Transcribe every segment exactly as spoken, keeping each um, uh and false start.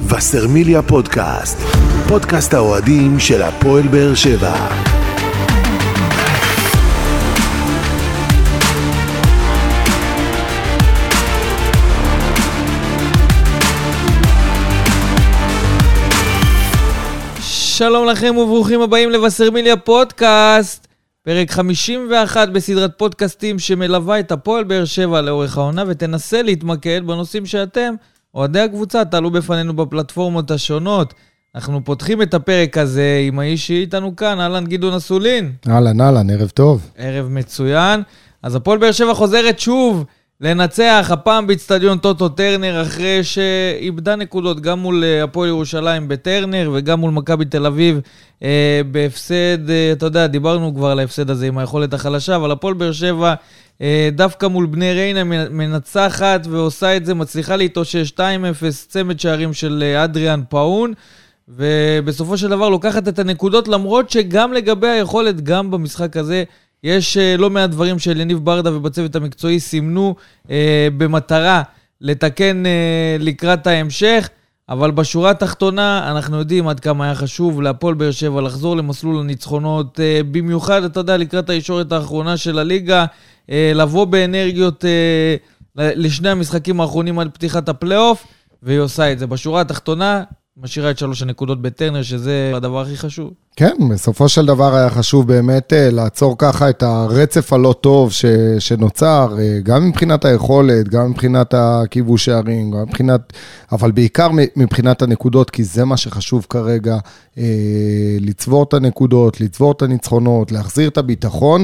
וסרמיליה פודקאסט, פודקאסט האוהדים של הפועל באר שבע. שלום לכם וברוכים הבאים לווסרמיליה פודקאסט, פרק חמישים ואחת בסדרת פודקאסטים שמלווה את הפועל באר שבע לאורך העונה ותנסה להתמקד בנושאים שאתם, אוהדי הקבוצה, תעלו בפנינו בפלטפורמות השונות. אנחנו פותחים את הפרק הזה עם האיש שאיתנו כאן, אהלן גדעון אסולין. אהלן, אהלן, ערב טוב. ערב מצוין. אז הפועל באר שבע חוזרת שוב לנצח, הפעם באצטדיון טוטו טרנר, אחרי שאיבדה נקודות גם מול הפועל ירושלים בטרנר, וגם מול מכבי תל אביב אה, בהפסד, אה, אתה יודע, דיברנו כבר על ההפסד הזה עם היכולת החלשה, אבל הפועל באר שבע אה, דווקא מול בני ריינה מנצחת, ועושה את זה, מצליחה להתאושש שתיים אפס, צמד שערים של אדריאן פאון, ובסופו של דבר לוקחת את הנקודות, למרות שגם לגבי היכולת, גם במשחק הזה, יש uh, לא מעט דברים של יניב ברדה ובצוות המקצועי סימנו uh, במטרה לתקן uh, לקראת ההמשך, אבל בשורה התחתונה אנחנו יודעים עד כמה היה חשוב להפועל באר שבע לחזור למסלול הניצחונות, uh, במיוחד, אתה יודע, לקראת הישורת האחרונה של הליגה, uh, לבוא באנרגיות uh, לשני המשחקים האחרונים על פתיחת הפלייאוף, והיא עושה את זה. בשורה התחתונה משאירה את שלוש הנקודות בטרנר, שזה הדבר הכי חשוב. כן, בסופו של דבר היה חשוב באמת לעצור ככה את הרצף הלא טוב ש, שנוצר, גם מבחינת היכולת, גם מבחינת הכיבוש שערים, גם מבחינת, אבל בעיקר מבחינת הנקודות, כי זה מה שחשוב כרגע, לצבור את הנקודות, לצבור את הניצחונות, להחזיר את הביטחון,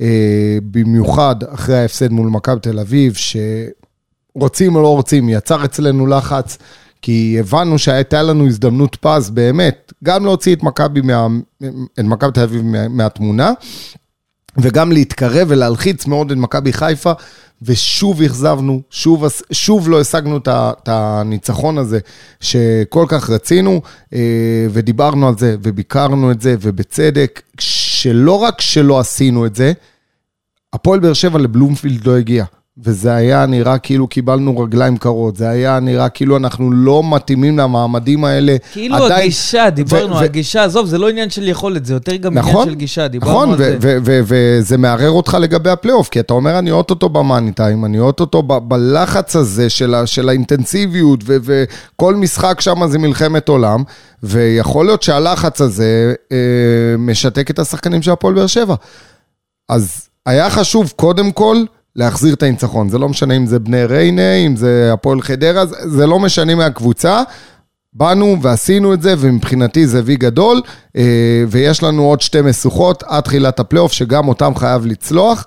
במיוחד אחרי ההפסד מול מכבי תל אביב, שרוצים או לא רוצים, יצר אצלנו לחץ, כי הבנו שהייתה לנו הזדמנות פז באמת, גם להוציא את מכבי מה, את מכבי תל אביב מה, מהתמונה, וגם להתקרב ולהלחיץ מאוד את מכבי חיפה, ושוב הכזבנו, שוב, שוב לא השגנו את, את הניצחון הזה, שכל כך רצינו, ודיברנו על זה, וביקרנו את זה, ובצדק, שלא רק שלא עשינו את זה, הפועל באר שבע לבלומפילד לא הגיע. וזה היה נראה כאילו קיבלנו רגליים קרות, זה היה נראה כאילו אנחנו לא מתאימים למעמדים האלה. כאילו עדיין... הגישה, דיברנו ו- על ו- גישה, עזוב, זה לא עניין של יכולת, זה יותר גם נכון, עניין של גישה, דיברנו נכון, על ו- זה. נכון, ו- ו- וזה מערער אותך לגבי הפלייאוף, כי אתה אומר, אני עוד אותו במאניטיים, אני עוד אותו ב- בלחץ הזה של, ה- של האינטנסיביות, ו- וכל משחק שם זה מלחמת עולם, ויכול להיות שהלחץ הזה אה, משתק את השחקנים של הפועל באר שבע. אז היה חשוב קודם כל, להחזיר את הניצחון, זה לא משנה אם זה בני ריינה, אם זה הפועל חדרה, זה לא משנה מהקבוצה, באנו ועשינו את זה, ומבחינתי זה וי גדול, ויש לנו עוד שתי משוכות, עד תחילת הפלייאוף, שגם אותם חייב לצלוח,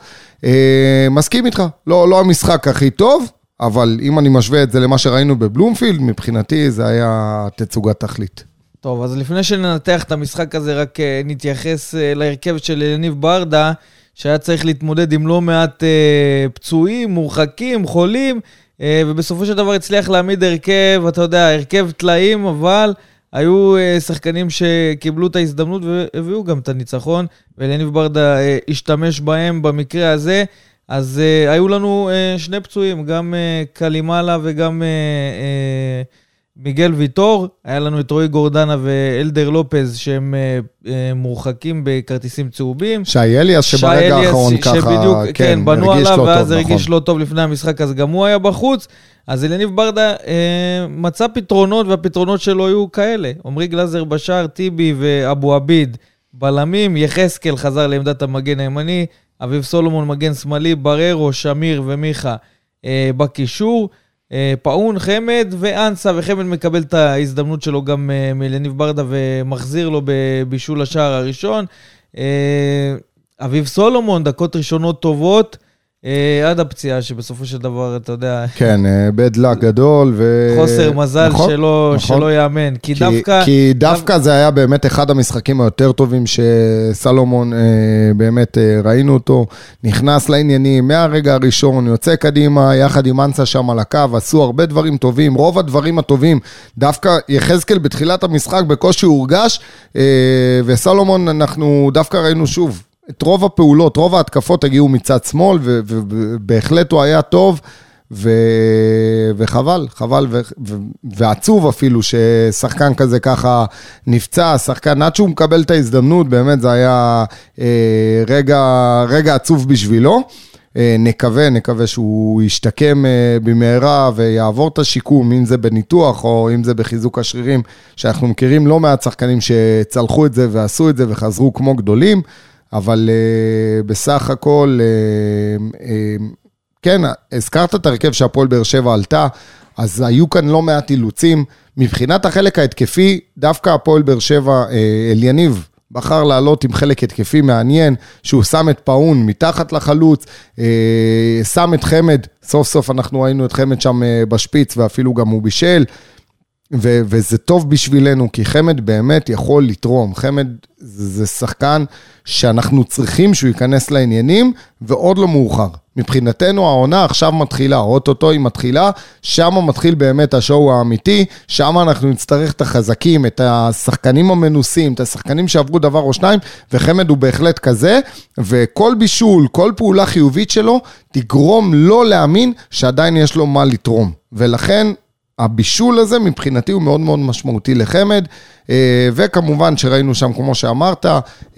מסכים איתך, לא, לא המשחק הכי טוב, אבל אם אני משווה את זה למה שראינו בבלומפילד, מבחינתי זה היה תצוגת תכלית. טוב, אז לפני שננתח את המשחק הזה, רק נתייחס להרכב של יניב ברדה, שהיה צריך להתמודד עם לא מעט אה, פצועים, מורחקים, חולים, אה, ובסופו של דבר הצליח להעמיד הרכב, אתה יודע, הרכב תלאים, אבל היו אה, שחקנים שקיבלו את ההזדמנות והביאו גם את הניצחון, ויניב ברדה אה, השתמש בהם במקרה הזה, אז אה, היו לנו אה, שני פצועים, גם אה, קלימאלה וגם אה, אה, מיגל ויטור, היה לנו את רועי גורדנה ואלדר לופז שהם אה, אה, מורחקים בכרטיסים צהובים. שי אליאס שברגע האחרון ככה, שבדיוק, כן, כן בנו עליו, ואז הרגיש נכון. לא טוב לפני המשחק, אז גם הוא היה בחוץ. אז יניב ברדה אה, מצא פתרונות, והפתרונות שלו היו כאלה. עמרי גלזר בשער, טיבי ואבו עביד בלמים, יחזקאל חזר לעמדת המגן הימני, אביב סולומון מגן שמאלי, בררו, שמיר ומיכה אה, בקישור, פאון, חמד ואנסה, וחמד מקבל את ההזדמנות שלו גם מליניב ברדה ומחזיר לו בבישול השער הראשון. אביב סולומון, דקות ראשונות טובות, עד הפציעה שבסופו של דבר, אתה יודע... כן, בדלק גדול ו... חוסר מזל נכון, שלא, נכון. שלא יאמן. כי, כי דווקא... כי דווקא זה היה באמת אחד המשחקים היותר טובים שסלומון באמת ראינו אותו, נכנס לעניינים מהרגע הראשון, יוצא קדימה, יחד עם אנסה שם על הקו, עשו הרבה דברים טובים, רוב הדברים הטובים, דווקא יחזקאל בתחילת המשחק בקושי הורגש, וסלומון אנחנו דווקא ראינו שוב, את רוב הפעולות, רוב ההתקפות הגיעו מצד שמאל, ובהחלט הוא היה טוב, ו... וחבל, חבל ו... ו... ועצוב אפילו ששחקן כזה ככה נפצע, שחקן עד שהוא מקבל את ההזדמנות, באמת זה היה אה, רגע, רגע עצוב בשבילו, אה, נקווה, נקווה שהוא ישתקם אה, במהרה ויעבור את השיקום, אם זה בניתוח או אם זה בחיזוק השרירים, שאנחנו מכירים לא מעט שחקנים שצלחו את זה ועשו את זה וחזרו כמו גדולים, אבל אה, בסך הכל, אה, אה, כן, הזכרת את הרכב שהפועל באר שבע עלתה, אז היו כאן לא מעט אילוצים, מבחינת החלק ההתקפי, דווקא הפועל באר שבע, אליניב, בחר לעלות עם חלק התקפי מעניין, שהוא שם את פאון מתחת לחלוץ, שם את חמד, סוף סוף אנחנו ראינו את חמד שם בשפיץ, ואפילו גם הוא בישל, ו- וזה טוב בשבילנו, כי חמד באמת יכול לתרום, חמד זה שחקן שאנחנו צריכים שהוא ייכנס לעניינים, ועוד לא מאוחר. מבחינתנו העונה עכשיו מתחילה, אוטוטו היא מתחילה, שם מתחיל באמת השואו האמיתי, שם אנחנו נצטרך את החזקים, את השחקנים המנוסים, את השחקנים שעברו דבר או שניים, וחמד הוא בהחלט כזה, וכל בישול, כל פעולה חיובית שלו, תגרום לא להאמין שעדיין יש לו מה לתרום, ולכן הבישול הזה מבחינתי הוא מאוד מאוד משמעותי לחמד, וכמובן שראינו שם כמו שאמרת,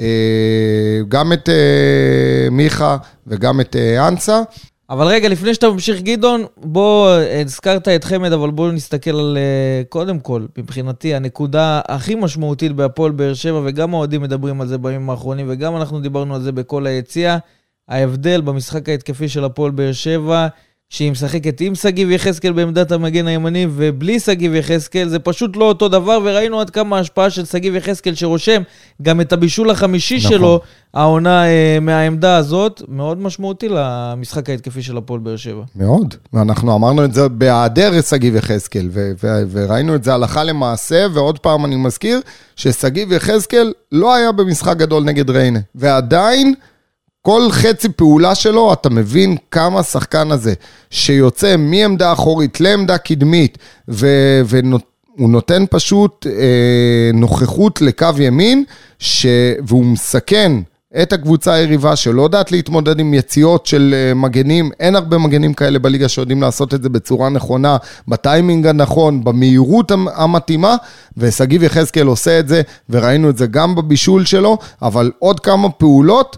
גם את מיכה וגם את אנסה. אבל רגע, לפני שאתה ממשיך גדעון, בוא, הזכרת את חמד, אבל בואו נסתכל על, קודם כל, מבחינתי, הנקודה הכי משמעותית בהפועל באר שבע, וגם האוהדים מדברים על זה בימים האחרונים, וגם אנחנו דיברנו על זה בכל היציאה, ההבדל במשחק ההתקפי של הפועל באר שבע, שהיא משחקת עם סגיב יחזקאל בעמדת המגן הימני, ובלי סגיב יחזקאל, זה פשוט לא אותו דבר, וראינו עד כמה ההשפעה של סגיב יחזקאל שרושם גם את הבישול החמישי נכון. שלו, העונה אה, מהעמדה הזאת, מאוד משמעותי למשחק ההתקפי של הפועל באר שבע. מאוד, ואנחנו אמרנו את זה בהיעדר סגיב יחזקאל, ו- ו- וראינו את זה הלכה למעשה, ועוד פעם אני מזכיר, שסגיב יחזקאל לא היה במשחק גדול נגד ריינה, ועדיין, כל חצי פעולה שלו, אתה מבין כמה שחקן הזה, שיוצא מעמדה אחורית לעמדה קדמית, ו- והוא נותן פשוט אה, נוכחות לקו ימין, ש- והוא מסכן את הקבוצה היריבה שלא יודעת להתמודד עם יציאות של מגנים, אין הרבה מגנים כאלה בליגה שיודעים לעשות את זה בצורה נכונה, בטיימינג הנכון, במהירות המתאימה, וסגיב יחזקאל עושה את זה, וראינו את זה גם בבישול שלו, אבל עוד כמה פעולות,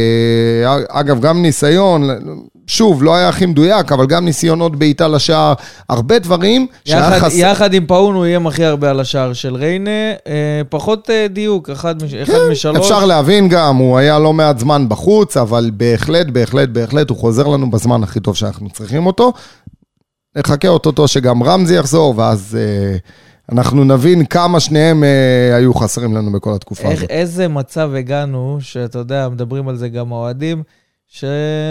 אגב גם ניסיון, שוב, לא היה הכי מדויק, אבל גם ניסיונות בעיטה לשער, הרבה דברים. יחד, חס... יחד עם פאון הוא יהיה הכי הרבה על השער של ריינה, אה, פחות אה, דיוק, אחד, מש... אחד כן, משלוש. אפשר להבין גם, הוא היה לא מעט זמן בחוץ, אבל בהחלט, בהחלט, בהחלט, הוא חוזר לנו בזמן הכי טוב שאנחנו צריכים אותו. נחכה אותו שגם רמזי יחזור, ואז אה, אנחנו נבין כמה שניהם אה, היו חסרים לנו בכל התקופה איך, הזאת. איזה מצב הגענו, שאתה יודע, מדברים על זה גם האוהדים, ש...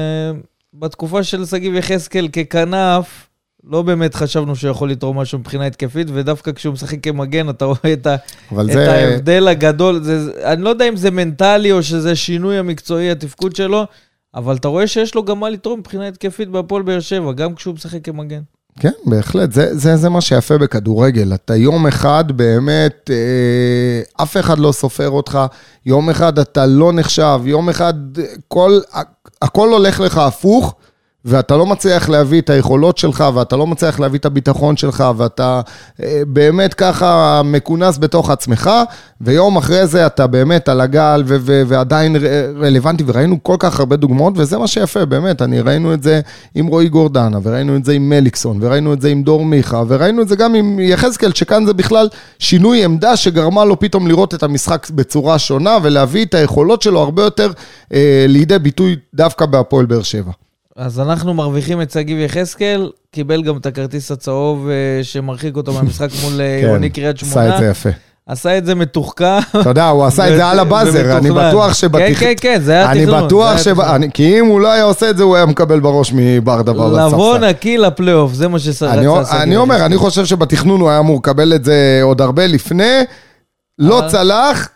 בתקופה של סגיב יחזקאל ככנף, לא באמת חשבנו שהוא יכול לתרום משהו מבחינה התקפית, ודווקא כשהוא משחק כמגן, אתה רואה את, ה... את זה... ההבדל הגדול. זה... אני לא יודע אם זה מנטלי, או שזה שינוי המקצועי, התפקוד שלו, אבל אתה רואה שיש לו גם מה לתרום מבחינה התקפית בהפועל באר שבע, גם כשהוא משחק כמגן. כן, בהחלט, זה, זה, זה מה שיפה בכדורגל, אתה יום אחד באמת, אה, אף אחד לא סופר אותך, יום אחד אתה לא נחשב, יום אחד כל, הכל הולך לך הפוך, ואתה לא מצליח להביא את היכולות שלך, ואתה לא מצליח להביא את הביטחון שלך, ואתה אה, באמת ככה מקונס בתוך עצמך, ויום אחרי זה אתה באמת על הגל, ו- ו- ועדיין רלוונטי, וראינו כל כך הרבה דוגמאות, וזה מה שיפה, באמת, אני ראינו את זה עם רועי גורדנה, וראינו את זה עם מליקסון, וראינו את זה עם דור מיכה, וראינו את זה גם עם יחזקאל, שכאן זה בכלל שינוי עמדה, שגרמה לו פתאום לראות את המשחק בצורה שונה, ולהביא את היכולות שלו הרבה יותר אה, לידי ביטוי דווקא בהפועל באר שבע. אז אנחנו מרוויחים את סגיב יחזקאל, קיבל גם את הכרטיס הצהוב שמרחיק אותו מהמשחק מול עירוני קריית שמונה. עשה את זה יפה. עשה את זה מתוחכם. אתה יודע, הוא עשה את זה על הבאזר, אני בטוח שבתכנון. כן, כן, כן, זה היה תכנון. אני בטוח ש... כי אם הוא לא היה עושה את זה, הוא היה מקבל בראש מברדה בספסל. לבוא נקי לפלייאוף, זה מה שרצה סגיב. אני אומר, אני חושב שבתכנון הוא היה אמור לקבל את זה עוד הרבה לפני, לא צלח.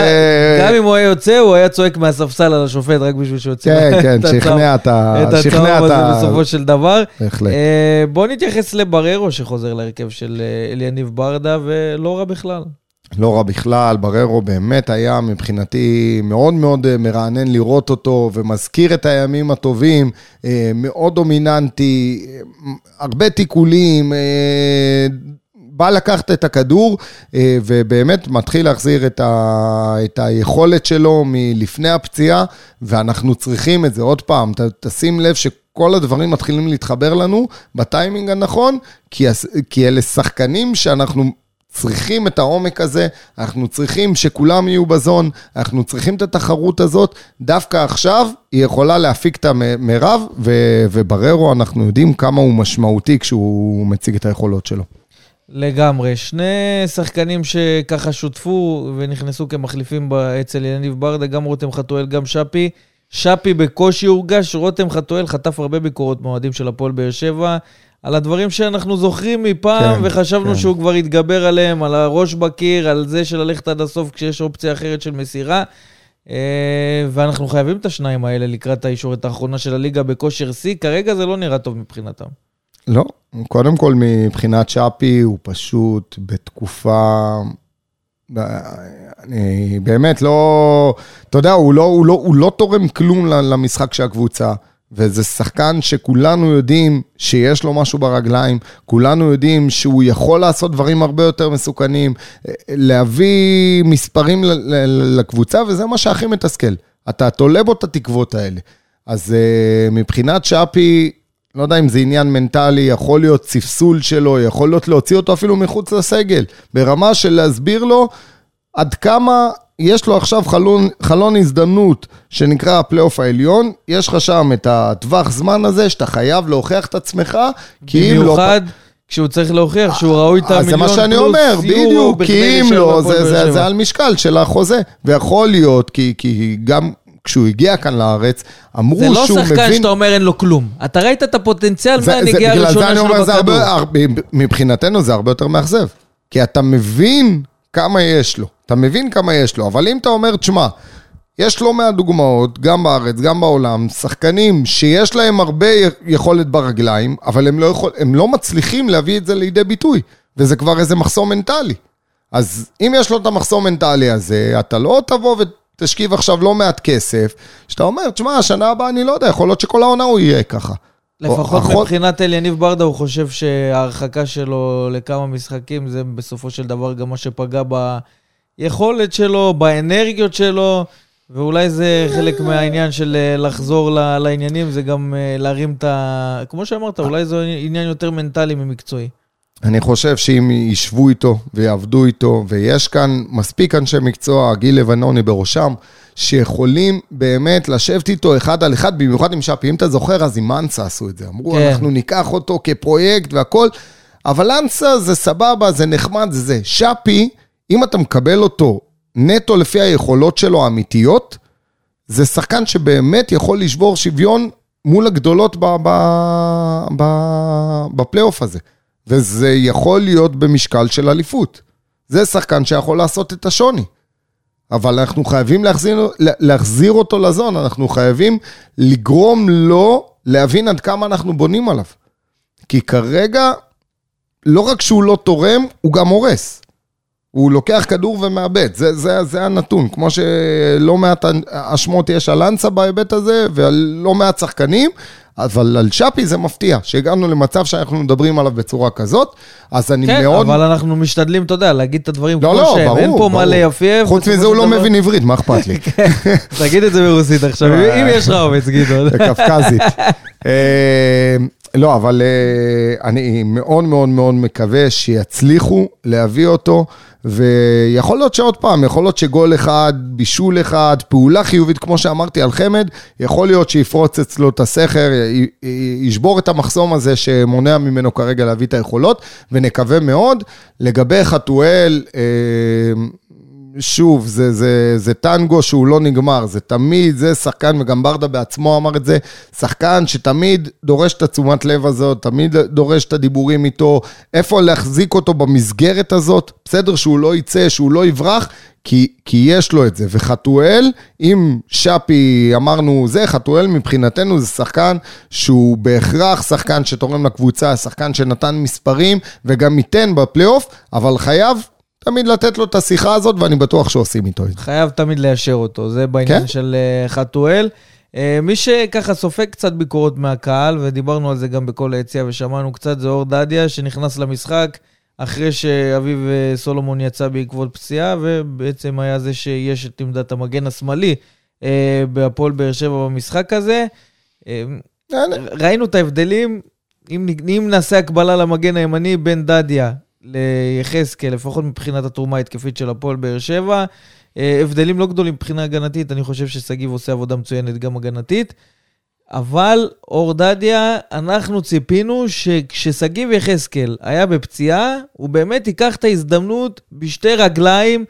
גם אם הוא היה יוצא, הוא היה צועק מהספסל על השופט, רק בשביל שיוצא. כן, כן, שכנע את ה... את הצהוב הזה בסופו של דבר. בהחלט. בוא נתייחס לבררו, שחוזר להרכב של אליניב ברדה, ולא רע בכלל. לא רע בכלל, בררו באמת היה מבחינתי מאוד מאוד מרענן לראות אותו, ומזכיר את הימים הטובים, מאוד דומיננטי, הרבה תיקולים, בא לקחת את הכדור, ובאמת מתחיל להחזיר את, ה, את היכולת שלו מלפני הפציעה, ואנחנו צריכים את זה עוד פעם, ת, תשים לב שכל הדברים מתחילים להתחבר לנו בטיימינג הנכון, כי, כי אלה שחקנים שאנחנו צריכים את העומק הזה, אנחנו צריכים שכולם יהיו בזון, אנחנו צריכים את התחרות הזאת, דווקא עכשיו היא יכולה להפיק את המרב, ובררו אנחנו יודעים כמה הוא משמעותי כשהוא מציג את היכולות שלו. לגמרי, שני שחקנים שככה שותפו ונכנסו כמחליפים אצל יניב ברדה, גם רותם חתואל, גם שפי. שפי בקושי הורגש, רותם חתואל חטף הרבה ביקורות מועדים של הפועל באר שבע, על הדברים שאנחנו זוכרים מפעם, כן, וחשבנו כן. שהוא כבר יתגבר עליהם, על הראש בקיר, על זה של ללכת עד הסוף כשיש אופציה אחרת של מסירה, ואנחנו חייבים את השניים האלה לקראת הישורת האחרונה של הליגה בכושר C, כרגע זה לא נראה טוב מבחינתם. לא, קודם כל מבחינת שפי הוא פשוט בתקופה, אני באמת לא, אתה יודע, הוא לא, הוא לא, הוא לא תורם כלום למשחק של הקבוצה, וזה שחקן שכולנו יודעים שיש לו משהו ברגליים, כולנו יודעים שהוא יכול לעשות דברים הרבה יותר מסוכנים, להביא מספרים לקבוצה, וזה מה שהכי מתסכל. אתה תולה בו את התקוות האלה. אז מבחינת שפי, לא יודע אם זה עניין מנטלי, יכול להיות ספסול שלו, יכול להיות להוציא אותו אפילו מחוץ לסגל, ברמה של להסביר לו עד כמה יש לו עכשיו חלון, חלון הזדמנות שנקרא הפלייאוף העליון, יש לך שם את הטווח זמן הזה שאתה חייב להוכיח את עצמך, כי אם לא... במיוחד כשהוא צריך להוכיח שהוא ראוי את המיליון פלוס יורו. זה מה שאני אומר, בדיוק, כי אם לא, זה, זה, זה על משקל של החוזה, ויכול להיות, כי, כי גם... כשהוא הגיע כאן לארץ, אמרו שהוא מבין... זה לא שחקן שאתה אומר אין לו כלום. אתה ראית את הפוטנציאל מהנגיעה הראשונה שלו בכדור. מבחינתנו זה הרבה יותר מאכזב. כי אתה מבין כמה יש לו. אתה מבין כמה יש לו. אבל אם אתה אומר, תשמע, יש לו מהדוגמאות, גם בארץ, גם בעולם, שחקנים שיש להם הרבה יכולת ברגליים, אבל הם לא, יכול, הם לא מצליחים להביא את זה לידי ביטוי. וזה כבר איזה מחסום מנטלי. אז אם יש לו את המחסום מנטלי הזה, אתה לא תבוא ו... תשכיב עכשיו לא מעט כסף, שאתה אומר, תשמע, השנה הבאה אני לא יודע, יכול להיות שכל העונה הוא יהיה ככה. לפחות מבחינת אל יניב ברדה, הוא חושב שההרחקה שלו לכמה משחקים, זה בסופו של דבר גם מה שפגע ביכולת שלו, באנרגיות שלו, ואולי זה חלק מהעניין של לחזור לעניינים, זה גם להרים את ה... כמו שאמרת, אולי זה עניין יותר מנטלי ממקצועי. אני חושב שאם ישבו איתו ויעבדו איתו, ויש כאן מספיק אנשי מקצוע, גיל לבנוני בראשם, שיכולים באמת לשבת איתו אחד על אחד, במיוחד עם שפי. אם אתה זוכר, אז עם אנסה עשו את זה. אמרו, כן. אנחנו ניקח אותו כפרויקט והכל, אבל אנסה זה סבבה, זה נחמד, זה זה. שפי, אם אתה מקבל אותו נטו לפי היכולות שלו האמיתיות, זה שחקן שבאמת יכול לשבור שוויון מול הגדולות בפלייאוף הזה. וזה יכול להיות במשקל של אליפות. זה שחקן שיכול לעשות את השוני. אבל אנחנו חייבים להחזיר, להחזיר אותו לזון, אנחנו חייבים לגרום לו להבין עד כמה אנחנו בונים עליו. כי כרגע, לא רק שהוא לא תורם, הוא גם הורס. הוא לוקח כדור ומאבד, זה, זה, זה הנתון. כמו שלא מעט השמות יש על אנסה בהיבט הזה, ולא מעט שחקנים, אבל על שפי זה מפתיע, שהגענו למצב שאנחנו מדברים עליו בצורה כזאת, אז אני כן, מאוד... כן, אבל אנחנו משתדלים, אתה יודע, להגיד את הדברים לא, כמו לא, שהם, ברור, אין פה ברור. מה ליפייף. חוץ מזה הוא לא דבר... מבין עברית, מה אכפת לי? תגיד את זה ברוסית עכשיו, אם יש לך אומץ, גידו. קפקזית. לא, אבל אני מאוד מאוד מאוד מקווה שיצליחו להביא אותו, ויכול להיות שעוד פעם, יכול להיות שגול אחד, בישול אחד, פעולה חיובית, כמו שאמרתי על חמד, יכול להיות שיפרוץ אצלו את הסכר, ישבור את המחסום הזה שמונע ממנו כרגע להביא את היכולות, ונקווה מאוד. לגבי חתואל, שוב, זה, זה, זה טנגו שהוא לא נגמר, זה תמיד, זה שחקן, וגם ברדה בעצמו אמר את זה, שחקן שתמיד דורש את התשומת לב הזאת, תמיד דורש את הדיבורים איתו, איפה להחזיק אותו במסגרת הזאת, בסדר שהוא לא יצא, שהוא לא יברח, כי, כי יש לו את זה, וחתואל, אם שפי אמרנו זה, חתואל מבחינתנו זה שחקן שהוא בהכרח שחקן שתורם לקבוצה, שחקן שנתן מספרים, וגם ייתן בפלייאוף, אבל חייב, תמיד לתת לו את השיחה הזאת, ואני בטוח שעושים איתו. חייב תמיד ליישר אותו, זה בעניין כן? של חתואל. מי שככה סופג קצת ביקורות מהקהל, ודיברנו על זה גם בכל היציאה, ושמענו קצת, זה אור דדיה, שנכנס למשחק, אחרי שאביב סולומון יצא בעקבות פציעה, ובעצם היה זה שיש את עמדת המגן השמאלי, בהפועל באר שבע במשחק הזה. ראינו את ההבדלים, אם, אם נעשה הקבלה למגן הימני בין דדיה ליחזקאל, לפחות מבחינת התרומה ההתקפית של הפועל באר שבע, הבדלים לא גדולים מבחינה הגנתית, אני חושב שסגיב עושה עבודה מצוינת גם הגנתית, אבל אור דדיה, אנחנו ציפינו שכשסגיב יחזקאל היה בפציעה, הוא באמת ייקח את ההזדמנות בשתי רגליים,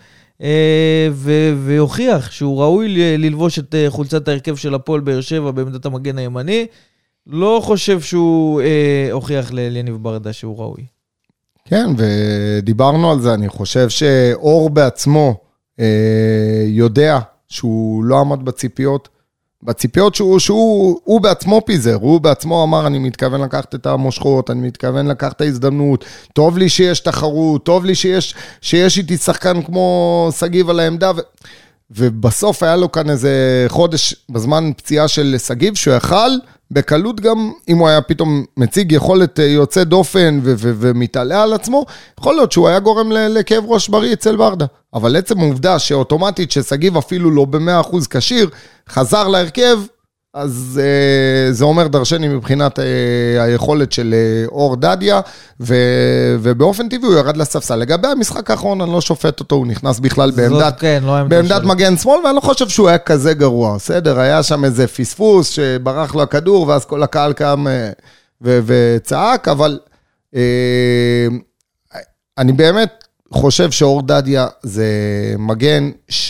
ו- ויוכיח שהוא ראוי ללבוש את חולצת ההרכב של הפועל באר שבע בעמדת המגן הימני. לא חושב שהוא אה, הוכיח ליניב ברדה שהוא ראוי. כן, ודיברנו על זה, אני חושב שאור בעצמו אה, יודע שהוא לא עמד בציפיות, בציפיות שהוא, שהוא הוא בעצמו פיזר, הוא בעצמו אמר, אני מתכוון לקחת את המושכות, אני מתכוון לקחת את ההזדמנות, טוב לי שיש תחרות, טוב לי שיש, שיש איתי שחקן כמו סגיב על העמדה, ו... ובסוף היה לו כאן איזה חודש בזמן פציעה של סגיב, שהוא יכל בקלות גם, אם הוא היה פתאום מציג יכולת יוצא דופן ו- ו- ומתעלה על עצמו, יכול להיות שהוא היה גורם ל- לכאב ראש בריא אצל ברדה. אבל עצם העובדה שאוטומטית שסגיב אפילו לא ב-מאה אחוז כשיר, חזר להרכב, אז אה, זה אומר דרשני מבחינת אה, היכולת של אה, אור דדיה, ו- ובאופן טבעי הוא ירד לספסל. לגבי המשחק האחרון, אני לא שופט אותו, הוא נכנס בכלל בעמדת, כן, לא בעמדת מגן שמאל, ואני לא חושב שהוא היה כזה גרוע. בסדר, היה שם איזה פספוס שברח לו הכדור, ואז כל הקהל קם אה, ו- וצעק, אבל אה, אני באמת חושב שאור דדיה זה מגן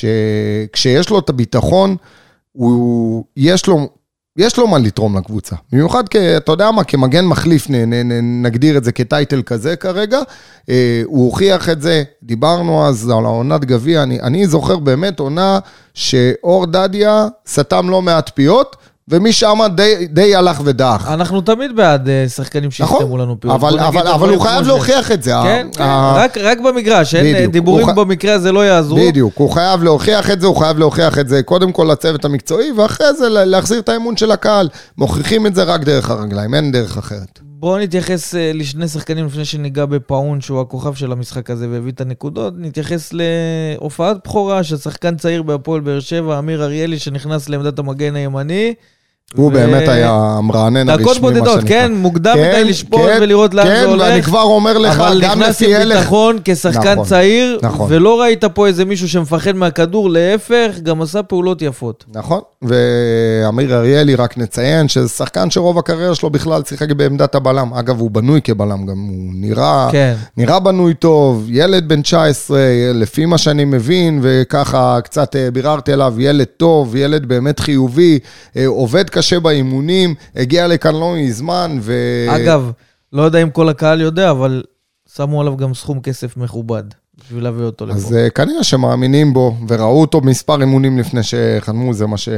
שכשיש לו את הביטחון, הוא, יש לו, יש לו מה לתרום לקבוצה. במיוחד, כ, אתה יודע מה, כמגן מחליף, נ, נ, נ, נגדיר את זה כטייטל כזה כרגע, אה, הוא הוכיח את זה, דיברנו אז על העונת גביע, אני, אני זוכר באמת עונה שאור דדיה סתם לא מעט פיות, ומי שמה די, די הלך ודח. אנחנו תמיד בעד שחקנים שיסתמו לנו פיות. אבל, אבל, אבל הוא חייב להוכיח את זה. כן, ה- כן. ה- רק, רק במגרש, אין בדיוק. דיבורים הוא ח- במקרה הזה לא יעזרו. בדיוק, הוא חייב להוכיח את זה, הוא חייב להוכיח את זה, קודם כל לצוות המקצועי, ואחרי זה להחזיר את האמון של הקהל. מוכיחים את זה רק דרך הרגליים, אין דרך אחרת. בואו נתייחס לשני שחקנים לפני שניגע בפאון, שהוא הכוכב של המשחק הזה והביא את הנקודות. נתייחס להופעת בחורה של שחקן צעיר בהפועל באר שבע, אמיר אריאלי, שנכנס לעמדת המגן הימני. הוא באמת היה המרענן הרשמי, דקות בודדות, כן, מוקדם מדי לשפוט ולראות לאן זה הולך. כן, ואני כבר אומר לך, גם לפי הלך. אבל נכנס עם ביטחון כשחקן צעיר, ולא ראית פה איזה מישהו שמפחד מהכדור, להפך, גם עשה פעולות יפות. נכון, ואמיר אריאלי רק נציין, שזה שחקן שרוב הקריירה שלו בכלל שיחק בעמדת הבלם. אגב, הוא בנוי כבלם, גם הוא נראה, נראה בנוי טוב, ילד בן תשע עשרה, לפי מה שאני מבין, וככה קצת ביררתי עליו, ילד טוב, ילד באמת חיובי, עובד קשה באימונים, הגיע לכאן לא מזמן, ו... אגב, לא יודע אם כל הקהל יודע, אבל שמו עליו גם סכום כסף מכובד, בשביל להביא אותו לפה. אז כנראה שמאמינים בו, וראו אותו מספר אימונים לפני שחתמו, זה מה ש...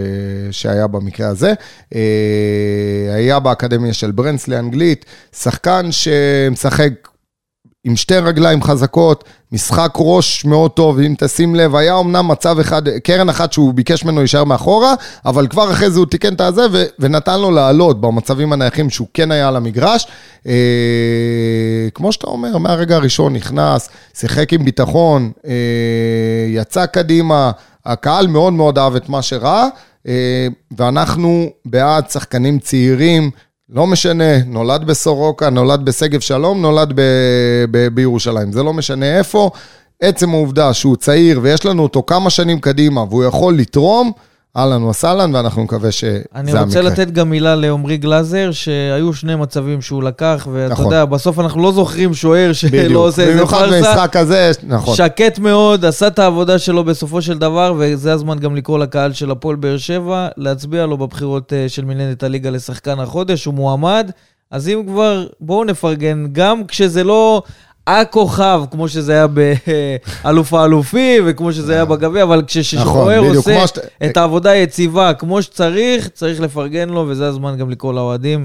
שהיה במקרה הזה. היה באקדמיה של ברנסלי אנגלית, שחקן שמשחק עם שתי רגליים חזקות, משחק ראש מאוד טוב, אם תשים לב, היה אמנם מצב אחד, קרן אחת שהוא ביקש ממנו להישאר מאחורה, אבל כבר אחרי זה הוא תיקן את הזה, ו- ונתן לו לעלות במצבים הנייחים שהוא כן היה על המגרש. אה, כמו שאתה אומר, מהרגע הראשון נכנס, שיחק עם ביטחון, אה, יצא קדימה, הקהל מאוד מאוד אהב את מה שראה, אה, ואנחנו בעד שחקנים צעירים, לא משנה, נולד בסורוקה, נולד בסגב שלום, נולד ב- ב- בירושלים. זה לא משנה איפה, עצם העובדה שהוא צעיר ויש לנו אותו כמה שנים קדימה, והוא יכול לתרום, אהלן וסהלן, ואנחנו מקווה שזה המקרה. אני רוצה לתת גם מילה לעומרי גלזר, שהיו שני מצבים שהוא לקח, ואתה נכון. יודע, בסוף אנחנו לא זוכרים שוער שלא עושה איזה פרסה. במיוחד במשחק הזה, נכון. שקט מאוד, עשה את העבודה שלו בסופו של דבר, וזה הזמן גם לקרוא לקהל של הפועל באר שבע, להצביע לו בבחירות של מנהלת הליגה לשחקן החודש, הוא מועמד, אז אם כבר, בואו נפרגן, גם כשזה לא... הכוכב, כמו שזה היה באלוף האלופי, וכמו שזה היה בגביע, אבל כששוער עושה את העבודה היציבה כמו שצריך, צריך לפרגן לו, וזה הזמן גם לקרוא לאוהדים,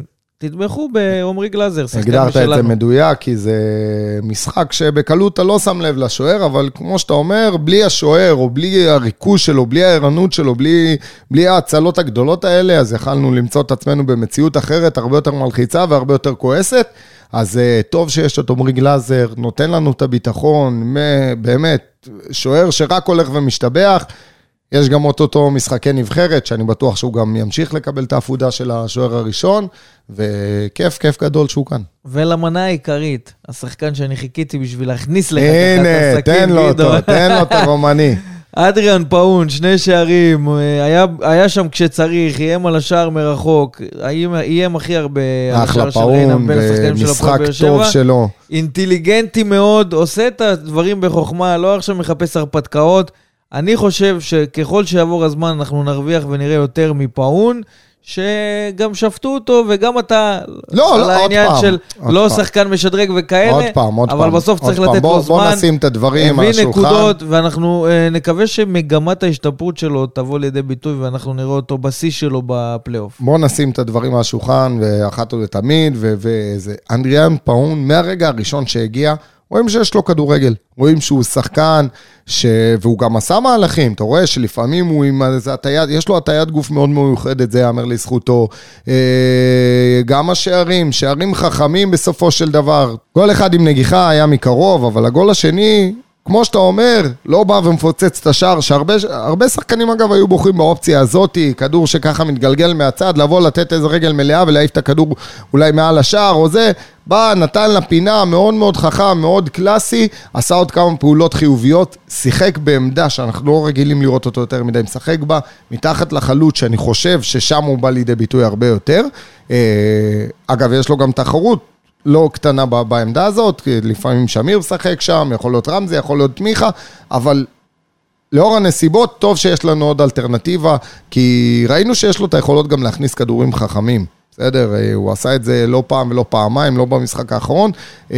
תתמכו בעומרי גלאזר, שחקן משלנו. הגדרת את זה מדויק, כי זה משחק שבקלות אתה לא שם לב לשוער, אבל כמו שאתה אומר, בלי השוער, או בלי הריכוז שלו, בלי הערנות שלו, בלי, בלי ההצלות הגדולות האלה, אז יכלנו למצוא את עצמנו במציאות אחרת, הרבה יותר מלחיצה והרבה יותר כועסת, אז טוב שיש את עומרי גלאזר, נותן לנו את הביטחון, באמת, שוער שרק הולך ומשתבח, יש גם אותו משחקי נבחרת, שאני בטוח שהוא גם ימשיך לקבל את העפודה של השוער הראשון, וכיף, כיף גדול שהוא כאן. ולמנה העיקרית, השחקן שאני חיכיתי בשביל להכניס לך הנה, תן לו אותו, תן לו את הרומני. אדריאן פאון, שני שערים, היה, היה שם כשצריך, איים על השער מרחוק, איים הכי הרבה על השער של ריינה, בין השחקנים של הפועל באר שבע. שלו. אינטליגנטי מאוד, עושה את הדברים בחוכמה, לא עכשיו מחפש הרפתקאות. אני חושב שככל שיעבור הזמן אנחנו נרוויח ונראה יותר מפאון, שגם שפטו אותו, וגם אתה, לא, על לא, העניין עוד של פעם, לא עוד שחקן פעם. משדרג וכאלה, עוד פעם, עוד אבל פעם, בסוף צריך פעם. לתת בוא, לו זמן, בוא נשים את הדברים על השולחן. הביא נקודות, ואנחנו uh, נקווה שמגמת ההשתפרות שלו תבוא לידי ביטוי, ואנחנו נראה אותו בשיא שלו בפלייאוף. בוא נשים את הדברים על השולחן, ואחת עוד תמיד, וזה, אדריאן פאון, מהרגע הראשון שהגיע, רואים שיש לו כדורגל, רואים שהוא שחקן, ש... והוא גם עשה מהלכים, אתה רואה שלפעמים הוא עם איזה הטיית, יש לו הטיית גוף מאוד מיוחדת, זה יאמר לזכותו, גם השערים, שערים חכמים בסופו של דבר, גול אחד עם נגיחה היה מקרוב, אבל הגול השני, כמו שאתה אומר, לא בא ומפוצץ את השער, שהרבה הרבה שחקנים אגב היו בוחרים באופציה הזאת, כדור שככה מתגלגל מהצד, לבוא לתת איזה רגל מלאה ולהעיף את הכדור אולי מעל השער או זה, בא, נתן לפינה מאוד מאוד חכם, מאוד קלאסי, עשה עוד כמה פעולות חיוביות, שיחק בעמדה שאנחנו לא רגילים לראות אותו יותר מדי, משחק בה מתחת לחלוץ, שאני חושב ששם הוא בא לידי ביטוי הרבה יותר. אגב, יש לו גם תחרות, לא קטנה בעמדה הזאת, כי לפעמים שמיר משחק שם, יכול להיות רמזי, יכול להיות תמיכה, אבל לאור הנסיבות, טוב שיש לנו עוד אלטרנטיבה, כי ראינו שיש לו את היכולות גם להכניס כדורים חכמים, בסדר? הוא עשה את זה לא פעם ולא פעמיים, לא במשחק האחרון, ו-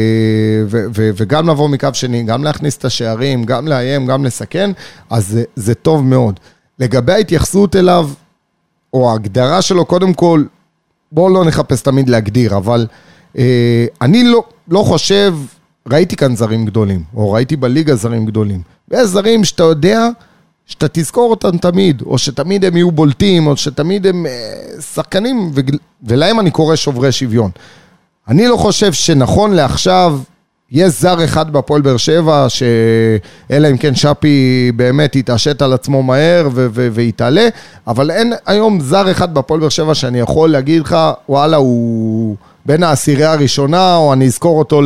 ו- וגם לבוא מקו שני, גם להכניס את השערים, גם לאיים, גם לסכן, אז זה, זה טוב מאוד. לגבי ההתייחסות אליו, או ההגדרה שלו, קודם כל, בואו לא נחפש תמיד להגדיר, אבל אני לא, לא חושב, ראיתי כאן זרים גדולים, או ראיתי בליגה זרים גדולים, ויש זרים שאתה יודע, שאתה תזכור אותם תמיד, או שתמיד הם יהיו בולטים, או שתמיד הם שחקנים, ולהם אני קורא שוברי שוויון. אני לא חושב שנכון לעכשיו, יש זר אחד בפועל באר שבע, שאלה אם כן שפי באמת יתעשת על עצמו מהר ויתעלה, אבל אין היום זר אחד בפועל באר שבע שאני יכול להגיד לך, וואלה, הוא בין העשירייה הראשונה, או אני אזכור אותו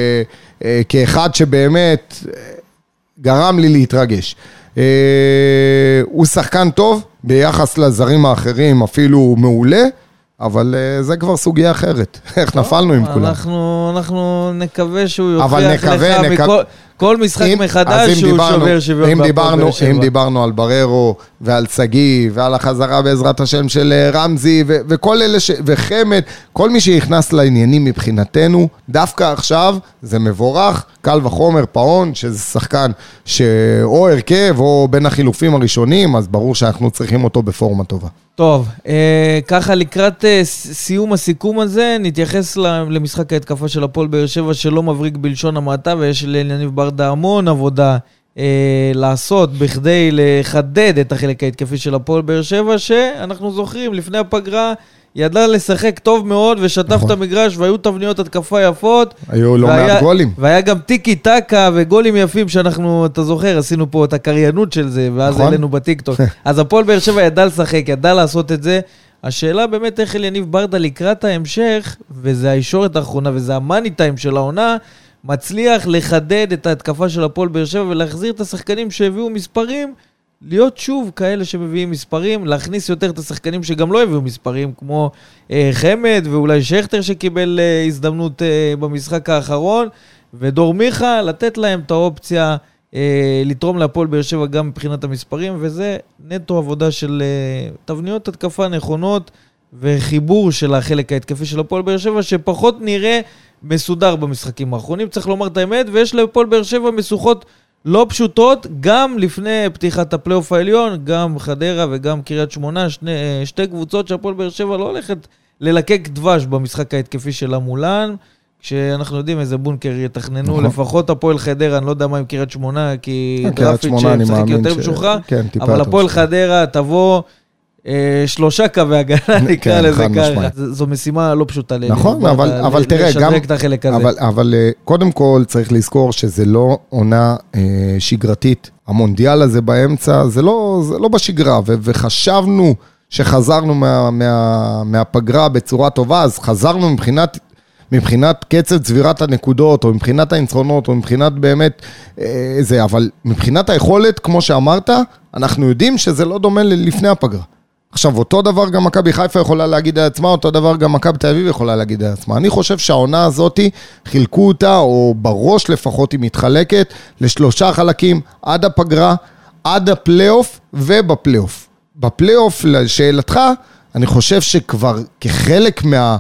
כאחד שבאמת גרם לי להתרגש. הוא שחקן טוב, ביחס לזרים האחרים אפילו מעולה, אבל זה כבר סוגיה אחרת. איך נפלנו עם כולם? אנחנו, אנחנו נקווה שהוא יוכיח לך מכל, כל משחק מחדש שהוא שובר שוויון בהפועל באר שבע. אם דיברנו על בררו ועל סגי ועל החזרה בעזרת השם של רמזי וכל אלה ש... וחמד, כל מי שיכנס לעניינים מבחינתנו, דווקא עכשיו זה מבורך, קל וחומר פאון, שזה שחקן שאו הרכב או בין החילופים הראשונים, אז ברור שאנחנו צריכים אותו בפורמה טובה. טוב, אה, ככה לקראת אה, סיום הסיכום הזה, נתייחס למשחק ההתקפה של הפועל באר שבע שלא מבריק בלשון המעטה, ויש ליניב ברדה המון עבודה אה, לעשות בכדי לחדד את החלק ההתקפי של הפועל באר שבע, שאנחנו זוכרים לפני הפגרה, ידע לשחק טוב מאוד ושטף נכון. את המגרש והיו תבניות התקפה יפות. היו לא מעט גולים. והיה גם טיקי טקה וגולים יפים שאנחנו, אתה זוכר, עשינו פה את הקריינות של זה ואז נכון. העלינו בטיקטוק. אז הפועל באר שבע ידע לשחק, ידע לעשות את זה. השאלה באמת איך יניב ברדה לקראת ההמשך, וזה הישורת האחרונה וזה המאני טיים של העונה, מצליח לחדד את ההתקפה של הפועל באר שבע ולהחזיר את השחקנים שהביאו מספרים, להיות שוב כאלה שמביאים מספרים, להכניס יותר את השחקנים שגם לא הביאו מספרים, כמו אה, חמד ואולי שכטר שקיבל אה, הזדמנות אה, במשחק האחרון, ודור מיכה, לתת להם את האופציה אה, לתרום להפועל באר שבע גם מבחינת המספרים, וזה נטו עבודה של אה, תבניות התקפה נכונות, וחיבור של החלק ההתקפי של הפועל באר שבע, שפחות נראה מסודר במשחקים האחרונים, צריך לומר את האמת, ויש להפועל באר שבע משוכות לא פשוטות, גם לפני פתיחת הפלייאוף העליון, גם חדרה וגם קריית שמונה, שני, שתי קבוצות שהפועל באר שבע לא הולכת ללקק דבש במשחק ההתקפי שלה מולן, כשאנחנו יודעים איזה בונקר יתכננו, נכון. לפחות הפועל חדרה, אני לא יודע מה עם קריית שמונה, כי כן, קריית שמונה אני מאמין יותר ש... משוחרר, כן, טיפה אבל יותר הפועל משוחרר. חדרה תבוא אה, שלושה קווי הגנה, נקרא כן, לזה חד ככה. משמעית. ז- זו משימה לא פשוטה. ל- נכון, ל- אבל, ל- אבל ל- תראה, לשדרג גם, את החלק הזה. אבל, אבל אה, קודם כל צריך לזכור שזה לא עונה אה, שגרתית. המונדיאל הזה באמצע, זה לא, זה לא בשגרה, ו- וחשבנו שחזרנו מה, מה, מהפגרה בצורה טובה, אז חזרנו מבחינת, מבחינת קצב צבירת הנקודות, או מבחינת הניצחונות, או מבחינת באמת אה, זה, אבל מבחינת היכולת, כמו שאמרת, אנחנו יודעים שזה לא דומה לפני הפגרה. עכשיו, אותו דבר גם מכבי חיפה יכולה להגיד על עצמה, אותו דבר גם מכבי תל אביב יכולה להגיד על עצמה. אני חושב שהעונה הזאת חילקו אותה, או בראש לפחות היא מתחלקת, לשלושה חלקים עד הפגרה, עד הפלייאוף ובפלייאוף. בפלייאוף, לשאלתך, אני חושב שכבר כחלק מה...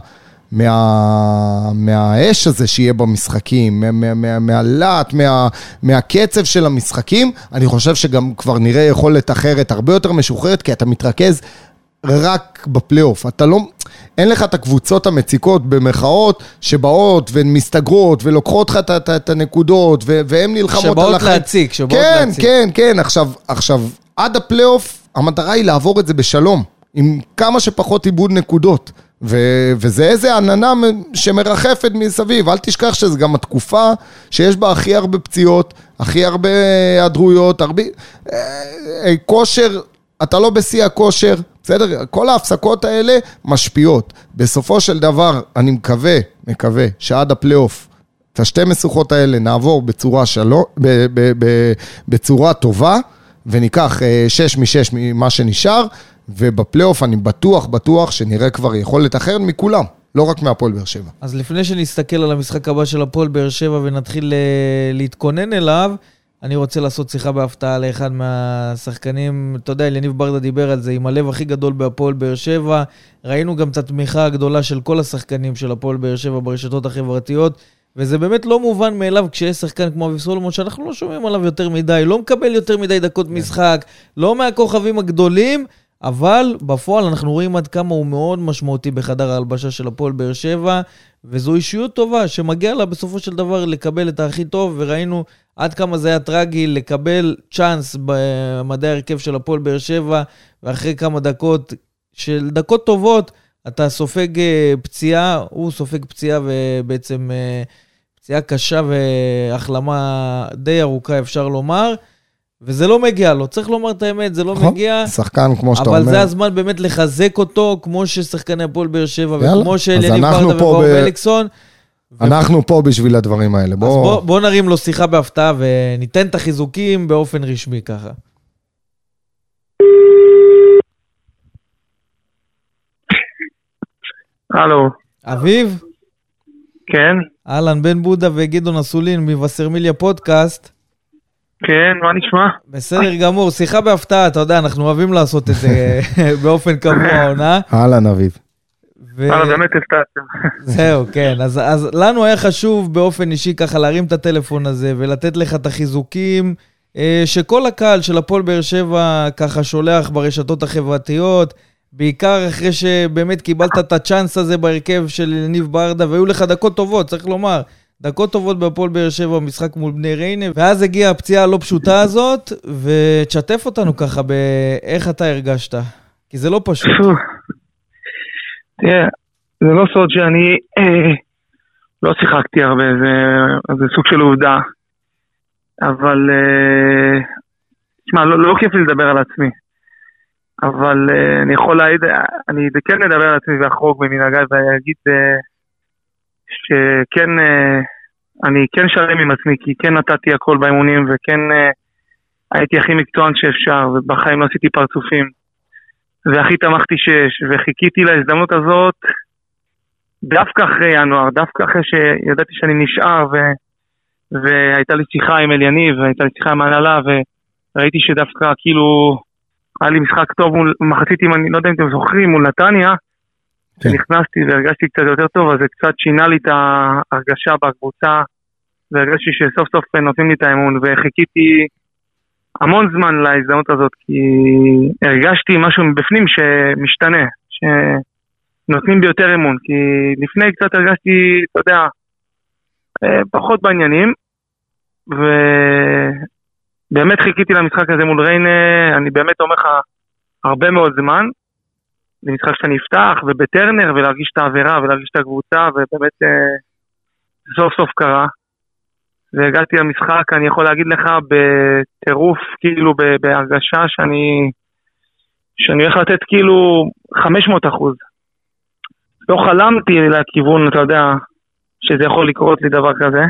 מה, מהאש הזה שיהיה במשחקים, מה, מה, מה, מהלט, מה, מהקצב של המשחקים, אני חושב שגם כבר נראה יכולת אחרת, הרבה יותר משוחררת, כי אתה מתרכז רק בפלייאוף. אתה לא, אין לך את הקבוצות המציקות במחאות, שבאות ומסתגרות, ולוקחות לך את, את, את הנקודות, ו, והן נלחמות על שבאות החיים. להציק, שבאות כן, להציק. כן, כן, עכשיו, עכשיו, עד הפלייאוף, המטרה היא לעבור את זה בשלום, עם כמה שפחות איבוד נקודות. ו- וזה איזה עננה שמרחפת מסביב, אל תשכח שזה גם התקופה שיש בה הכי הרבה פציעות, הכי הרבה הדרויות, הרבה... כושר, אתה לא בשיא הכושר, בסדר? כל ההפסקות האלה משפיעות. בסופו של דבר, אני מקווה, מקווה שעד הפלייאוף, את השתי משוכות האלה נעבור בצורה שלו, ב- ב- ב- בצורה טובה, וניקח שש משש ממה שנשאר, ובפלייאוף אני בטוח, בטוח שנראה כבר יכולת אחרת מכולם, לא רק מהפועל באר שבע. אז לפני שנסתכל על המשחק הבא של הפועל באר שבע ונתחיל להתכונן אליו, אני רוצה לעשות שיחה בהפתעה לאחד מהשחקנים, אתה יודע, יניב ברדה דיבר על זה, עם הלב הכי גדול בהפועל באר שבע, ראינו גם את התמיכה הגדולה של כל השחקנים של הפועל באר שבע ברשתות החברתיות, וזה באמת לא מובן מאליו כשיש שחקן כמו אביב סולומון, שאנחנו לא שומעים עליו יותר מדי, לא מקבל יותר מדי דקות משחק, לא מהכוכבים הגדולים, אבל בפועל אנחנו רואים עד כמה הוא מאוד משמעותי בחדר ההלבשה של הפועל באר שבע, וזו אישיות טובה שמגיע לה בסופו של דבר לקבל את הכי טוב, וראינו עד כמה זה היה טרגי לקבל צ'אנס במדעי הרכב של הפועל באר שבע, ואחרי כמה דקות, של דקות טובות, אתה סופג פציעה, הוא סופג פציעה ובעצם פציעה קשה והחלמה די ארוכה אפשר לומר, וזה לא מגיע לו, צריך לומר את האמת, זה לא מגיע. שחקן כמו שאתה אומר. אבל זה הזמן באמת לחזק אותו, כמו ששחקני הפועל באר שבע, וכמו של יניב ברדה ובאור אליקסון. אנחנו פה בשביל הדברים האלה. אז בוא, בוא נרים לו שיחה בהפתעה, וניתן את החיזוקים באופן רשמי ככה. הלו. אביב? כן. אהלן, בן בודה וגדעון אסולין מווסרמיליה פודקאסט. כן, מה נשמע? בסדר גמור, שיחה בהפתעה, אתה יודע, אנחנו אוהבים לעשות את זה באופן קבוע עונה. אהלן אביב. אהלן, באמת הפתעתם. זהו, כן, אז, אז לנו היה חשוב באופן אישי ככה להרים את הטלפון הזה ולתת לך את החיזוקים אה, שכל הקהל של הפועל באר שבע ככה שולח ברשתות החברתיות, בעיקר אחרי שבאמת קיבלת את הצ'אנס הזה בהרכב של יניב ברדה, והיו לך דקות טובות, צריך לומר, דקות טובות בהפועל באר שבע, משחק מול בני ריינה, ואז הגיעה הפציעה הלא פשוטה הזאת, ותשתף אותנו ככה באיך אתה הרגשת, כי זה לא פשוט. תראה, זה לא סוד שאני אה, לא שיחקתי הרבה, זה, זה סוג של עובדה, אבל אה, תשמע, לא, לא כיף לי לדבר על עצמי, אבל אה, אני יכול להעיד, אני כן לדבר על עצמי ואחרוג ממנהגי ואגיד אה, שכן, אה, אני כן שלם עם עצמי, כי כן נתתי הכל באימונים וכן אה, הייתי הכי מקצוען שאפשר, ובחיים לא עשיתי פרצופים. והכי תמכתי שש, וחיכיתי להזדמנות הזאת דווקא אחרי ינואר, דווקא אחרי שידעתי שאני נשאר, ו... והייתה לי שיחה עם אליניב, והייתה לי שיחה עם הנהלה, וראיתי שדווקא כאילו היה לי משחק טוב מול מחצית, אם אני לא יודע אם אתם זוכרים, מול נתניה, כן. נכנסתי והרגשתי קצת יותר טוב, אז זה קצת שינה לי את ההרגשה בקבוצה, והרגשתי שסוף סוף נותנים לי את האמון, וחיכיתי המון זמן להזדמנות הזאת, כי הרגשתי משהו מבפנים שמשתנה, נותנים ביותר אמון, כי לפני קצת הרגשתי, אתה יודע, פחות בעניינים, ובאמת חיכיתי למשחק הזה מול ריינה, אני באמת אומר לך הרבה מאוד זמן, למשחק שאני אפתח, ובטרנר, ולהרגיש את העבירה, ולהרגיש את הקבוצה, ובאמת סוף סוף קרה. והגעתי למשחק, אני יכול להגיד לך, בטירוף, כאילו, בהרגשה שאני, שאני הולך לתת כאילו חמש מאות אחוז. לא חלמתי לכיוון, אתה יודע, שזה יכול לקרות לי דבר כזה.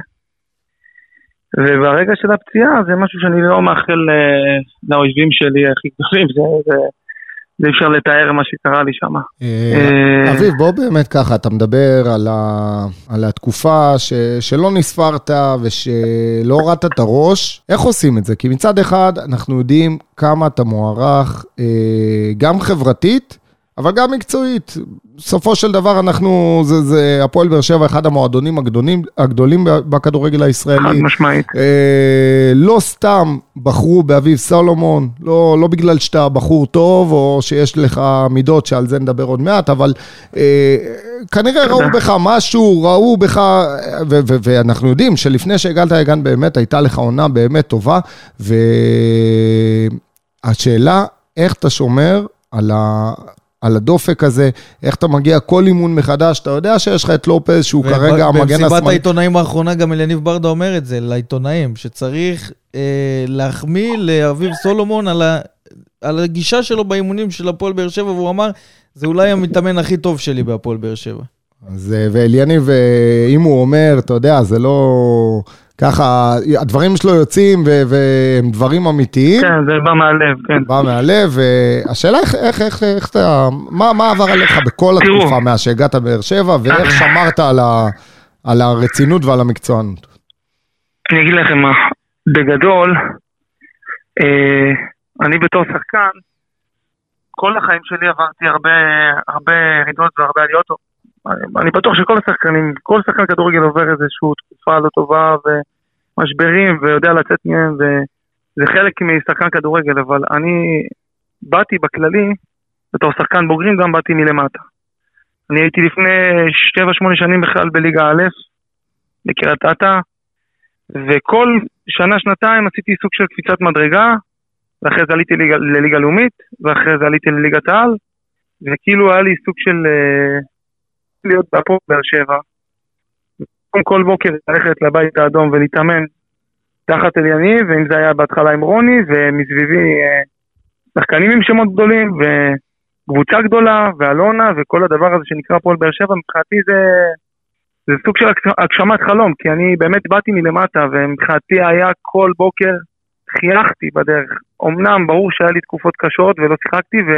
וברגע של הפציעה, זה משהו שאני לא מאחל לאויבים שלי הכי גדולים, זה, זה, זה אפשר לתאר מה שקרה לי שם. אביב, בוא באמת ככה, אתה מדבר על, ה, על התקופה ש, שלא נספרת ושלא הורדת את הראש. איך עושים את זה? כי מצד אחד אנחנו יודעים כמה אתה מוערך, גם חברתית, אבל גם מקצועית. בסופו של דבר אנחנו, זה, זה הפועל באר שבע, אחד המועדונים הגדולים, הגדולים בכדורגל הישראלי. חד משמעית. אה, לא סתם בחרו באביב סולומון, לא, לא בגלל שאתה בחור טוב, או שיש לך מידות שעל זה נדבר עוד מעט, אבל אה, כנראה ראו בך משהו, ראו בך, ו, ו, ואנחנו יודעים שלפני שהגעת הגן באמת, הייתה לך עונה באמת טובה, והשאלה, איך אתה שומר על ה... על הדופק הזה, איך אתה מגיע כל אימון מחדש, אתה יודע שיש לך את לופז, שהוא כרגע המגן השמאלי. במסיבת העיתונאים האחרונה, גם אליניב ברדה אומר את זה, לעיתונאים, שצריך אה, להחמיא לאביב סולומון על, ה, על הגישה שלו באימונים של הפועל באר שבע, והוא אמר, זה אולי המתאמן הכי טוב שלי בהפועל באר שבע. אז, ואליניב, אם הוא אומר, אתה יודע, זה לא... ככה, הדברים שלו יוצאים, והם דברים אמיתיים. כן, זה בא מהלב, כן. בא מהלב, והשאלה איך, איך, איך, איך אתה, מה, מה עבר עליך בכל התקופה מאז שהגעת באר שבע, ואיך שמרת על, ה, על הרצינות ועל המקצוענות? אני אגיד לכם מה, בגדול, אה, אני בתור שחקן, כל החיים שלי עברתי הרבה, הרבה ירידות והרבה עליות, אני בטוח שכל השחקנים, כל שחקן כדורגל עובר איזושהי תקופה לא טובה ומשברים ויודע לצאת מהם, וזה חלק משחקן כדורגל, אבל אני באתי בכללי, בתור שחקן בוגרים גם באתי מלמטה. אני הייתי לפני שבע שמונה שנים בכלל בליגה א', בקריית אתא, וכל שנה שנתיים עשיתי סוג של קפיצת מדרגה, ואחרי זה עליתי לליגה, לליגה לאומית, ואחרי זה עליתי לליגת העל, וכאילו היה לי סוג של... להיות בהפועל באר שבע, כל בוקר ללכת לבית האדום ולהתאמן תחת אליניב, ואם זה היה בהתחלה עם רוני, ומסביבי שחקנים עם שמות גדולים, וקבוצה גדולה, ואלונה, וכל הדבר הזה שנקרא הפועל באר שבע, מבחינתי זה, זה סוג של הגשמת חלום, כי אני באמת באתי מלמטה, ומבחינתי היה כל בוקר חייכתי בדרך. אמנם ברור שהיה לי תקופות קשות ולא שיחקתי, ו...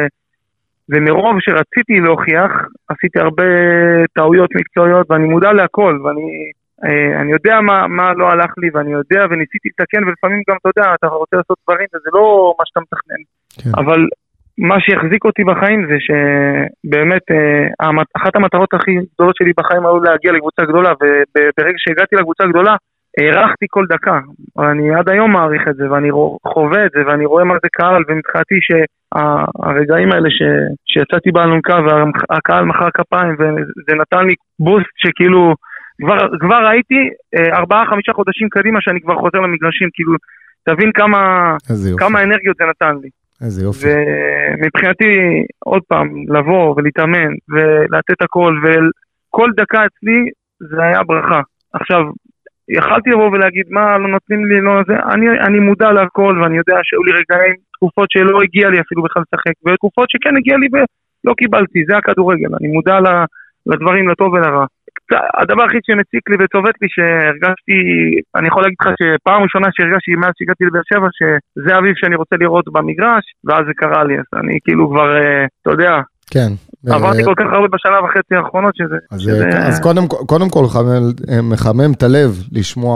ומרוב שרציתי להוכיח, עשיתי הרבה טעויות מקצועיות, ואני מודע להכל, ואני אני יודע מה, מה לא הלך לי, ואני יודע, וניסיתי לתקן, ולפעמים גם, אתה יודע, אתה רוצה לעשות דברים, וזה לא מה שאתה מתכנן. כן. אבל מה שיחזיק אותי בחיים, זה שבאמת, אחת המטרות הכי גדולות שלי בחיים, היו להגיע לקבוצה גדולה, וברגע שהגעתי לקבוצה גדולה, הערכתי כל דקה. אני עד היום מעריך את זה, ואני חווה את זה, ואני רואה מה זה קהל, ומתחילתי שהרגעים האלה ש... שיצאתי באלונקה, והקהל מחא כפיים, וזה נתן לי בוסט שכאילו, כבר, כבר ראיתי ארבעה, חמישה חודשים קדימה, שאני כבר חוזר למגרשים, כאילו, תבין כמה, כמה אנרגיות זה נתן לי. איזה יופי. ומבחינתי, עוד פעם, לבוא ולהתאמן, ולתת הכל, וכל דקה אצלי, זה היה ברכה. עכשיו, יכלתי לבוא ולהגיד, מה, לא נותנים לי, לא זה, אני, אני מודע להכל, ואני יודע שהיו לי רגעים, תקופות שלא הגיע לי אפילו בכלל לשחק, ותקופות שכן הגיע לי ולא קיבלתי, זה הכדורגל, אני מודע לדברים לטוב ולרע. הדבר הכי שמציק לי וצובט לי, שהרגשתי, אני יכול להגיד לך שפעם ראשונה שהרגשתי מאז שהגעתי לבאר שבע, שזה אביב שאני רוצה לראות במגרש, ואז זה קרה לי, אז אני כאילו כבר, אתה יודע, כן. עברתי כל כך הרבה בשנה וחצי האחרונות שזה... אז, שזה... אז קודם, קודם כל מחמם את הלב לשמוע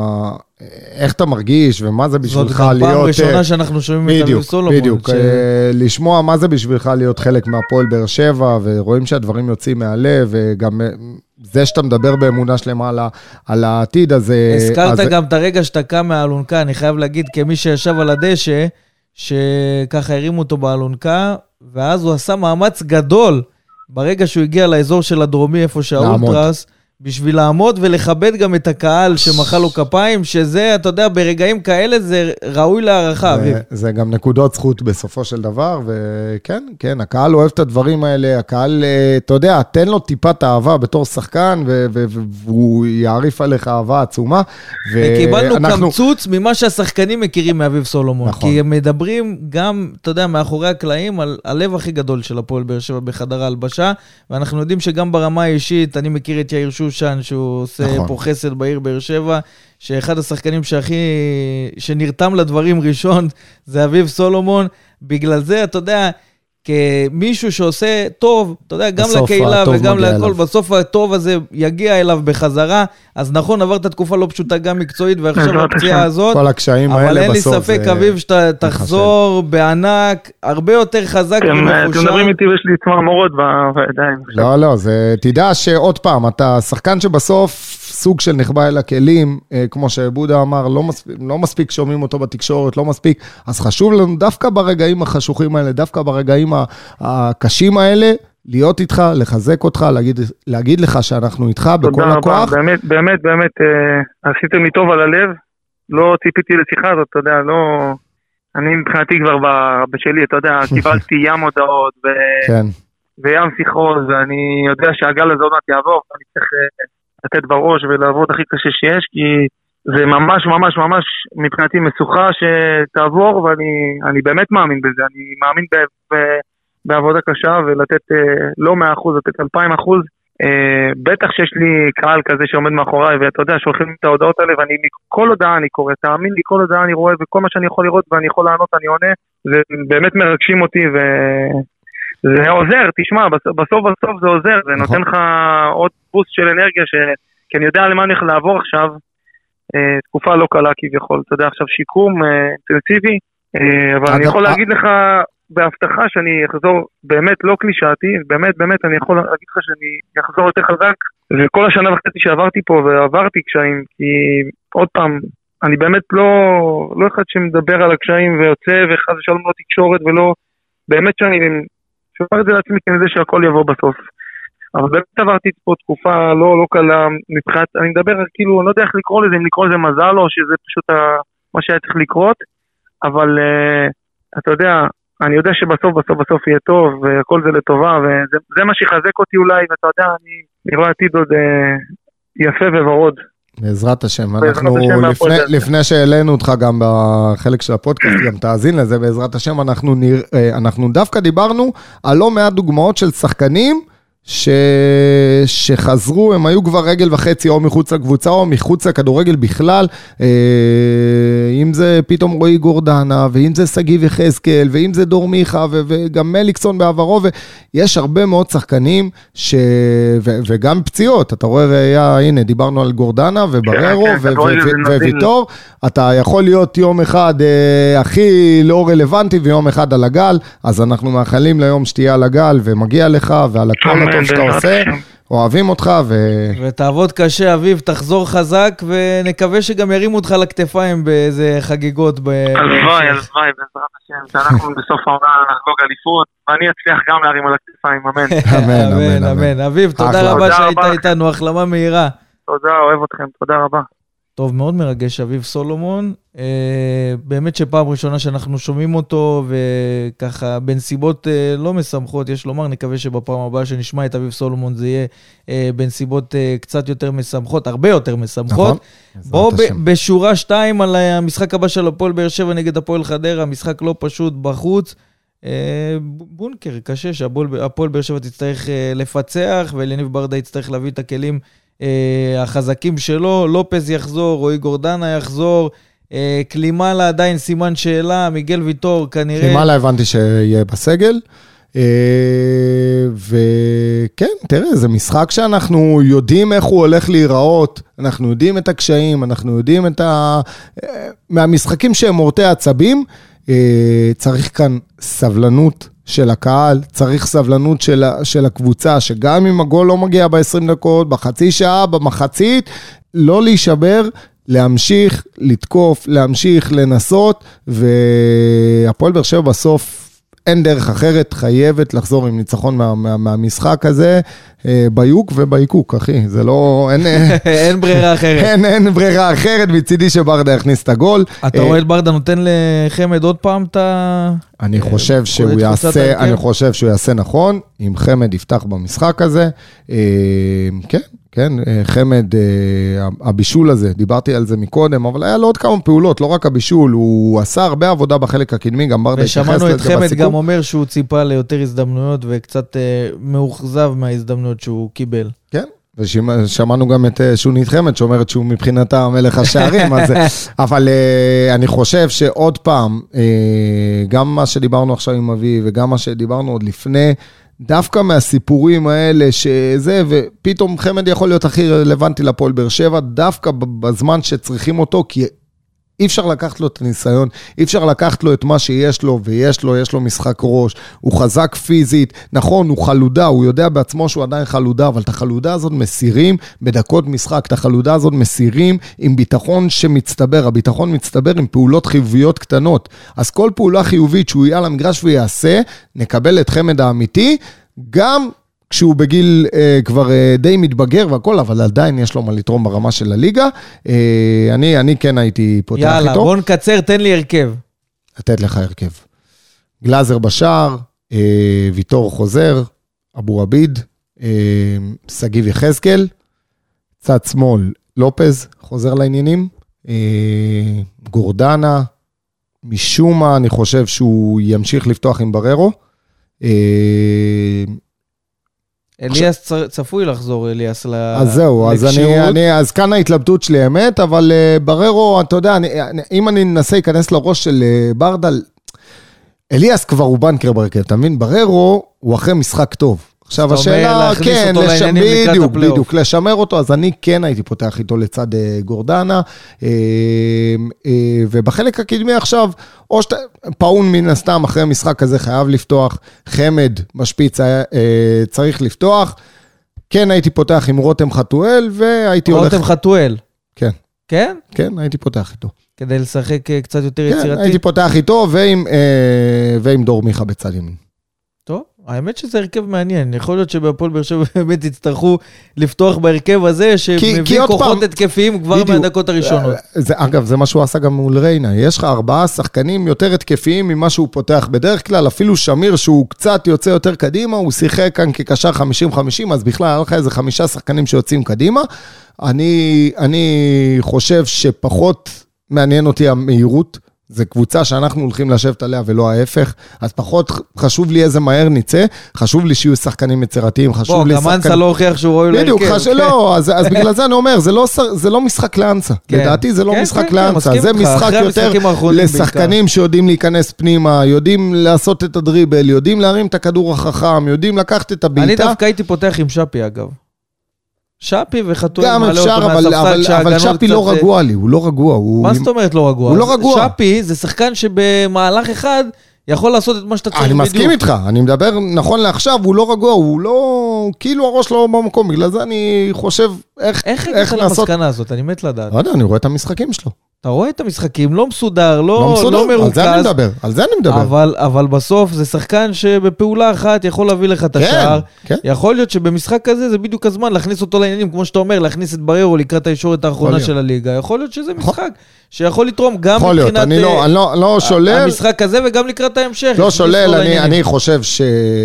איך אתה מרגיש ומה זה בשבילך להיות... זאת פעם ראשונה שאנחנו שומעים את אביב סולומון. בדיוק, ש... לשמוע מה זה בשבילך להיות חלק מהפועל באר שבע, ורואים שהדברים יוצאים מהלב, וגם זה שאתה מדבר באמונה שלמה על, על העתיד הזה... הזכרת אז... גם את הרגע שאתה קם מהאלונקה, אני חייב להגיד כמי שישב על הדשא, שככה הרימו אותו באלונקה, ואז הוא עשה מאמץ גדול ברגע שהוא הגיע לאזור של הדרומי, איפה שהאולטרס, בשביל לעמוד ולכבד גם את הקהל שמחא לו כפיים, שזה, אתה יודע, ברגעים כאלה זה ראוי להערכה. זה, זה גם נקודות זכות בסופו של דבר, וכן, כן, הקהל אוהב את הדברים האלה, הקהל, אתה יודע, תן לו טיפת אהבה בתור שחקן, ו- ו- ו- והוא יעריף עליך אהבה עצומה. וקיבלנו ואנחנו... קמצוץ ממה שהשחקנים מכירים מאביב סולומון, נכון. כי הם מדברים גם, אתה יודע, מאחורי הקלעים, על הלב הכי גדול של הפועל באר שבע בחדר ההלבשה, ואנחנו יודעים שגם ברמה האישית, אני מכיר את יאיר שושן, שהוא עושה נכון. פה חסד בעיר באר שבע, שאחד השחקנים שהכי, שנרתם לדברים ראשון, זה אביב סולומון, בגלל זה, אתה יודע, כמישהו שעושה טוב, אתה יודע, גם לקהילה וגם לכל, בסוף הטוב הזה יגיע אליו בחזרה, אז נכון, עברת תקופה לא פשוטה גם מקצועית, ועכשיו הפציעה הזאת, כל הקשיים האלה בסוף. אבל אין לי ספק, אביב, שאתה תחזור בענק, הרבה יותר חזק ומחושר. אתם מדברים איתי ויש לי צמרמורות בידיים. לא, לא, תדע שעוד פעם, אתה שחקן שבסוף סוג של נחבא אל הכלים, כמו שבודה אמר, לא מספיק, לא מספיק שומעים אותו בתקשורת, לא מספיק, אז חשוב לנו דווקא ברגעים החשוכים האלה, דווקא ברגעים הקשים האלה, להיות איתך, לחזק אותך, להגיד, להגיד לך שאנחנו איתך בכל הכוח. תודה רבה, באמת, באמת, באמת, עשיתם לי טוב על הלב, לא ציפיתי לשיחה הזאת, אתה יודע, לא, אני מבחינתי כבר בשלי, אתה יודע, קיבלתי ים הודעות, ו... כן. וים שיחות, ואני יודע שהגל הזה עוד מעט יעבור, אני צריך לתת בראש ולעבוד הכי קשה שיש, כי זה ממש ממש ממש מבחינתי מסוכה שתעבור, ואני באמת מאמין בזה, אני מאמין ב, ב, בעבודה קשה, ולתת לא מאה אחוז, לתת אלפיים אחוז, בטח שיש לי קהל כזה שעומד מאחוריי, ואתה יודע, שולחים את ההודעות האלה, ואני כל הודעה אני קורא, תאמין לי, כל הודעה אני רואה, וכל מה שאני יכול לראות ואני יכול לענות, אני עונה, זה באמת מרגשים אותי, ו... זה עוזר, תשמע, בסוף בסוף זה עוזר, זה נותן לך עוד בוסט של אנרגיה, כי אני יודע למה אני הולך לעבור עכשיו, תקופה לא קלה כביכול, אתה יודע, עכשיו שיקום אינטנסיבי, אבל אני יכול להגיד לך בהבטחה שאני אחזור באמת לא קלישאתי, באמת באמת אני יכול להגיד לך שאני אחזור יותר חזק, וכל השנה וחצי שעברתי פה ועברתי קשיים, כי עוד פעם, אני באמת לא, לא אחד שמדבר על הקשיים ויוצא, ואחד שלום לא תקשורת ולא, באמת שאני שומר את זה לעצמי כנזה שהכל יבוא בסוף. אבל באמת עברתי פה תקופה לא, לא קלה, מבחינת, אני מדבר כאילו, אני לא יודע איך לקרוא לזה, אם לקרוא לזה מזל או שזה פשוט ה, מה שהיה צריך לקרות, אבל uh, אתה יודע, אני יודע שבסוף בסוף בסוף יהיה טוב, והכל זה לטובה, וזה זה מה שיחזק אותי אולי, ואתה יודע, אני נראה עתיד עוד uh, יפה וורוד. בעזרת השם, אנחנו לפני, לפני שהעלינו אותך גם בחלק של הפודקאסט, גם תאזין לזה, בעזרת השם, אנחנו, נרא, אנחנו דווקא דיברנו על לא מעט דוגמאות של שחקנים, ש... שחזרו, הם היו כבר רגל וחצי או מחוץ לקבוצה או מחוץ לכדורגל בכלל, אם זה פתאום רועי גורדנה, ואם זה סגיב יחזקאל, ואם זה דור מיכה, ו... וגם מליקסון בעברו, ויש הרבה מאוד שחקנים, ש... ו... וגם פציעות, אתה רואה ראייה, הנה, דיברנו על גורדנה ובררו ו... ו... ו... וויטור, אתה יכול להיות יום אחד הכי לא רלוונטי, ויום אחד על הגל, אז אנחנו מאחלים ליום שתהיה על הגל, ומגיע לך, ועל הכל טוב שאתה עושה, אוהבים אותך ו... ותעבוד קשה, אביב, תחזור חזק, ונקווה שגם ירימו אותך לכתפיים באיזה חגיגות. הלוואי, הלוואי, בעזרת השם, שאנחנו בסוף העונה נחגוג אליפות, ואני אצליח גם להרים על הכתפיים, אמן. אמן, אמן, אמן. אביב, תודה רבה שהיית איתנו, החלמה מהירה. תודה, אוהב אתכם, תודה רבה. טוב, מאוד מרגש, אביב סולומון. אה, באמת שפעם ראשונה שאנחנו שומעים אותו, וככה בנסיבות אה, לא משמחות, יש לומר, נקווה שבפעם הבאה שנשמע את אביב סולומון, זה יהיה אה, בנסיבות אה, קצת יותר משמחות, הרבה יותר משמחות. נכון. בואו ב- בשורה שתיים על המשחק הבא של הפועל באר שבע נגד הפועל חדרה, משחק לא פשוט בחוץ. אה, בונקר, קשה שהפועל באר שבע תצטרך אה, לפצח, ואליניב ברדה יצטרך להביא את הכלים החזקים שלו, לופז יחזור, רועי גורדנה יחזור, קלימלה עדיין סימן שאלה, מיגל ויטור כנראה... קלימלה הבנתי שיהיה בסגל, וכן, תראה, זה משחק שאנחנו יודעים איך הוא הולך להיראות, אנחנו יודעים את הקשיים, אנחנו יודעים את ה... מהמשחקים שהם מורטי עצבים, צריך כאן סבלנות של הקהל, צריך סבלנות של, של הקבוצה, שגם אם הגול לא מגיע ב-עשרים דקות, בחצי שעה, במחצית, לא להישבר, להמשיך, לתקוף, להמשיך, לנסות, והפועל באר שבע בסוף אין דרך אחרת, חייבת לחזור עם ניצחון מה, מה, מהמשחק הזה, ביוק ובייקוק, אחי, זה לא, אין, אין ברירה אחרת. אין, אין ברירה אחרת, מצידי שברדה יכניס את הגול. אתה רואה את ברדה נותן לחמד עוד פעם את ה... אני חושב שהוא יעשה, אני חושב שהוא יעשה נכון, אם חמד יפתח במשחק הזה, כן, כן, חמד, הבישול הזה, דיברתי על זה מקודם, אבל היה לו עוד כמה פעולות, לא רק הבישול, הוא עשה הרבה עבודה בחלק הקדמי, גם ברדה התייחס לזה בסיכום. ושמענו את חמד גם אומר שהוא ציפה ליותר הזדמנויות, וקצת מאוכזב מההזדמנויות שהוא קיבל. כן, ושמענו גם את שונית חמד, שאומרת שהוא מבחינתה מלך השערים, אבל אני חושב שעוד פעם, גם מה שדיברנו עכשיו עם אבי, וגם מה שדיברנו עוד לפני, דווקא מהסיפורים האלה שזה, ופתאום חמד יכול להיות הכי רלוונטי לפועל באר שבע, דווקא בזמן שצריכים אותו, כי אי אפשר לקחת לו את הניסיון, אי אפשר לקחת לו את מה שיש לו, ויש לו, יש לו משחק ראש, הוא חזק פיזית, נכון, הוא חלודה, הוא יודע בעצמו שהוא עדיין חלודה, אבל את החלודה הזאת מסירים בדקות משחק, את החלודה הזאת מסירים עם ביטחון שמצטבר, הביטחון מצטבר עם פעולות חיוביות קטנות, אז כל פעולה חיובית שהוא יהיה על המגרש ויעשה, נקבל את חמד האמיתי, גם כשהוא בגיל אה, כבר אה, די מתבגר והכל, אבל עדיין יש לו מה לתרום ברמה של הליגה. אה, אני, אני כן הייתי פותח יאללה, איתו. יאללה, בוא נקצר, תן לי הרכב. לתת לך הרכב. גלאזר בשער, אה, ויטור חוזר, אבו רביד, אה, סגיב יחזקאל, צד שמאל, לופז, חוזר לעניינים, אה, גורדנה, משום מה אני חושב שהוא ימשיך לפתוח עם בררו, אה, אליאס צפוי לחזור, אליאס לקשירות. אז זהו, אז, אני, אני, אז כאן ההתלבטות שלי אמת, אבל uh, בררו, אתה יודע, אני, אם אני ננסה להיכנס לראש של uh, ברדל, אליאס כבר הוא בנקר ברכב, אתה מבין? בררו הוא אחרי משחק טוב. עכשיו השאלה, כן, לשם, בדיוק, בדיוק, לשמר אותו, אז אני כן הייתי פותח איתו לצד גורדנה, ובחלק הקדמי עכשיו, או שאתה, פאון מן הסתם אחרי המשחק הזה חייב לפתוח, חמד משפיץ צריך לפתוח, כן הייתי פותח עם רותם חתואל, והייתי הולך... רותם חתואל? כן. כן? כן, הייתי פותח איתו. כדי לשחק קצת יותר יצירתי? כן, הייתי פותח איתו, ועם דור מיכה בצד ימין. טוב, האמת שזה הרכב מעניין, יכול להיות שבהפועל באר שבע באמת יצטרכו לפתוח בהרכב הזה, שמביא כוחות התקפיים כבר מהדקות הראשונות. זה, אגב, זה מה שהוא עשה גם מול ריינה, יש לך ארבעה שחקנים יותר התקפיים ממה שהוא פותח בדרך כלל, אפילו שמיר שהוא קצת יוצא יותר קדימה, הוא שיחק כאן כקשר חמישים חמישים, אז בכלל היה לך איזה חמישה שחקנים שיוצאים קדימה, אני, אני חושב שפחות מעניין אותי המהירות, זה קבוצה שאנחנו הולכים לשבת עליה ולא ההפך, אז פחות חשוב לי איזה מהר ניצא, חשוב לי שיהיו שחקנים יצירתיים, חשוב לי שחקנים... בוא, גם אנסה לא הוכיח שהוא רואה להרכב. בדיוק, חשוב, לא, אז, אז בגלל זה אני אומר, זה לא, זה לא משחק לאנסה, כן. לדעתי זה לא כן, משחק כן, לאנסה, כן, זה משחק יותר לשחקנים שיודעים להיכנס פנימה, יודעים לעשות את הדריבל, יודעים להרים את הכדור החכם, יודעים לקחת את הבעיטה. אני דווקא הייתי פותח עם שפי אגב. שפי וחתואל גם אפשר, אבל, אבל, אבל שפי לא רגוע לי, הוא לא רגוע. הוא... מה זאת אומרת לא רגוע? הוא לא רגוע. שפי זה שחקן שבמהלך אחד יכול לעשות את מה שאתה צריך בדיוק. אני מסכים איתך, אני מדבר נכון לעכשיו, הוא לא רגוע, הוא לא, כאילו הראש לא במקום, בגלל זה אני חושב איך, איך, איך לעשות... למסקנה הזאת, אני מת לדעת. לא יודע, אני רואה את המשחקים שלו. אתה רואה את המשחקים, לא מסודר, לא, לא, מסודר, לא מרוכז. על זה אני מדבר, על זה אני מדבר. אבל, אבל בסוף זה שחקן שבפעולה אחת יכול להביא לך את השער. כן, כן. יכול להיות שבמשחק כזה זה בדיוק הזמן להכניס אותו לעניינים, כמו שאתה אומר, להכניס את בררו לקראת הישורת האחרונה של הליגה. יכול להיות שזה משחק שיכול לתרום גם יכול מבחינת... יכול להיות, אני לא, אני לא, לא שולל. המשחק הזה וגם לקראת ההמשך. לא שולל, אני, אני חושב ש...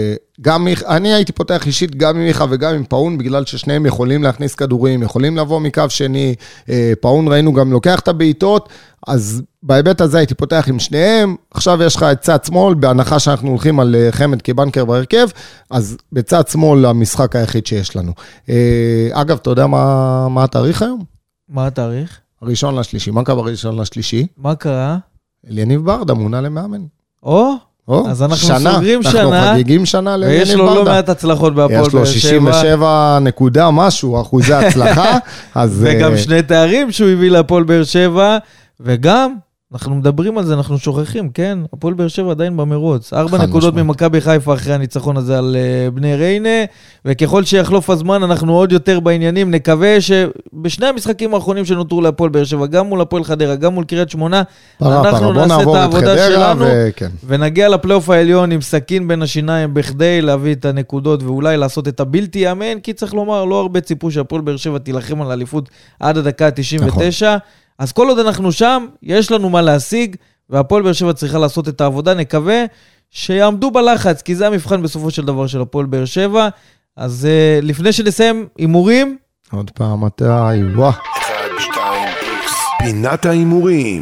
גם אני הייתי פותח אישית גם עם מיכה וגם עם פאון, בגלל ששניהם יכולים להכניס כדורים, יכולים לבוא מקו שני, פאון ראינו גם לוקח את הבעיטות, אז בהיבט הזה הייתי פותח עם שניהם, עכשיו יש לך את צד שמאל, בהנחה שאנחנו הולכים על חמד כבנקר בהרכב, אז בצד שמאל המשחק היחיד שיש לנו. אגב, אתה יודע מה, מה התאריך היום? מה התאריך? הראשון לשלישי, מה קרה בראשון לשלישי? מה קרה? אליניב ברדה מונה למאמן. או? אז אנחנו שנה, סוגרים אנחנו שנה, אנחנו חגיגים שנה ויש לו לא מעט הצלחות בהפועל באר שבע. יש לו שישים ושבע נקודה משהו, אחוזי הצלחה. אז, וגם שני תארים שהוא הביא להפועל באר שבע, וגם אנחנו מדברים על זה, אנחנו שוכחים, כן? הפועל באר שבע עדיין במרוץ. ארבע נקודות ממכבי חיפה אחרי הניצחון הזה על uh, בני ריינה, וככל שיחלוף הזמן, אנחנו עוד יותר בעניינים. נקווה שבשני המשחקים האחרונים שנותרו להפועל באר שבע, גם מול הפועל חדרה, גם מול קריית שמונה, פרה, אנחנו פרה. נעשה את העבודה שלנו, וכן. ונגיע לפלייאוף העליון עם סכין בין השיניים, בכדי להביא את הנקודות, ואולי לעשות את הבלתי יאמן, כי צריך לומר, לא הרבה ציפו שהפועל באר שבע תילחם על האליפות עד הדקה תשעים ותשע. נכון. אז כל עוד אנחנו שם, יש לנו מה להשיג, והפועל באר שבע צריכה לעשות את העבודה, נקווה שיעמדו בלחץ, כי זה המבחן בסופו של דבר של הפועל באר שבע. אז uh, לפני שנסיים הימורים, עוד פעם מתי, וואו. אחד, שתיים, איקס. פינת ההימורים.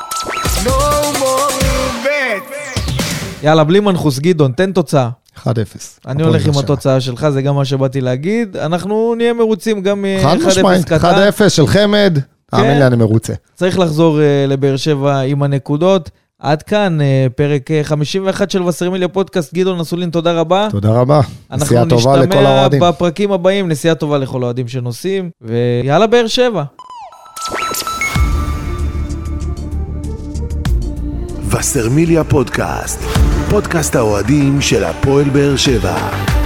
יאללה, בלי מנחוס גדעון, תן תוצאה. אחד אפס. אני הולך עם התוצאה שלך, זה גם מה שבאתי להגיד. אנחנו נהיה מרוצים גם אחד אפס קטן. אחד אפס של חמד. תאמין לי, אני מרוצה. צריך לחזור uh, לבאר שבע עם הנקודות. עד כאן, uh, פרק חמישים ואחת של וסרמיליה פודקאסט. גדעון אסולין, תודה רבה. תודה רבה. נסיעה טובה לכל האוהדים. אנחנו נשתמע בפרקים הבאים, נסיעה טובה לכל האוהדים שנוסעים, ויאללה באר שבע. וסרמיליה פודקאסט, פודקאסט האוהדים של הפועל באר שבע.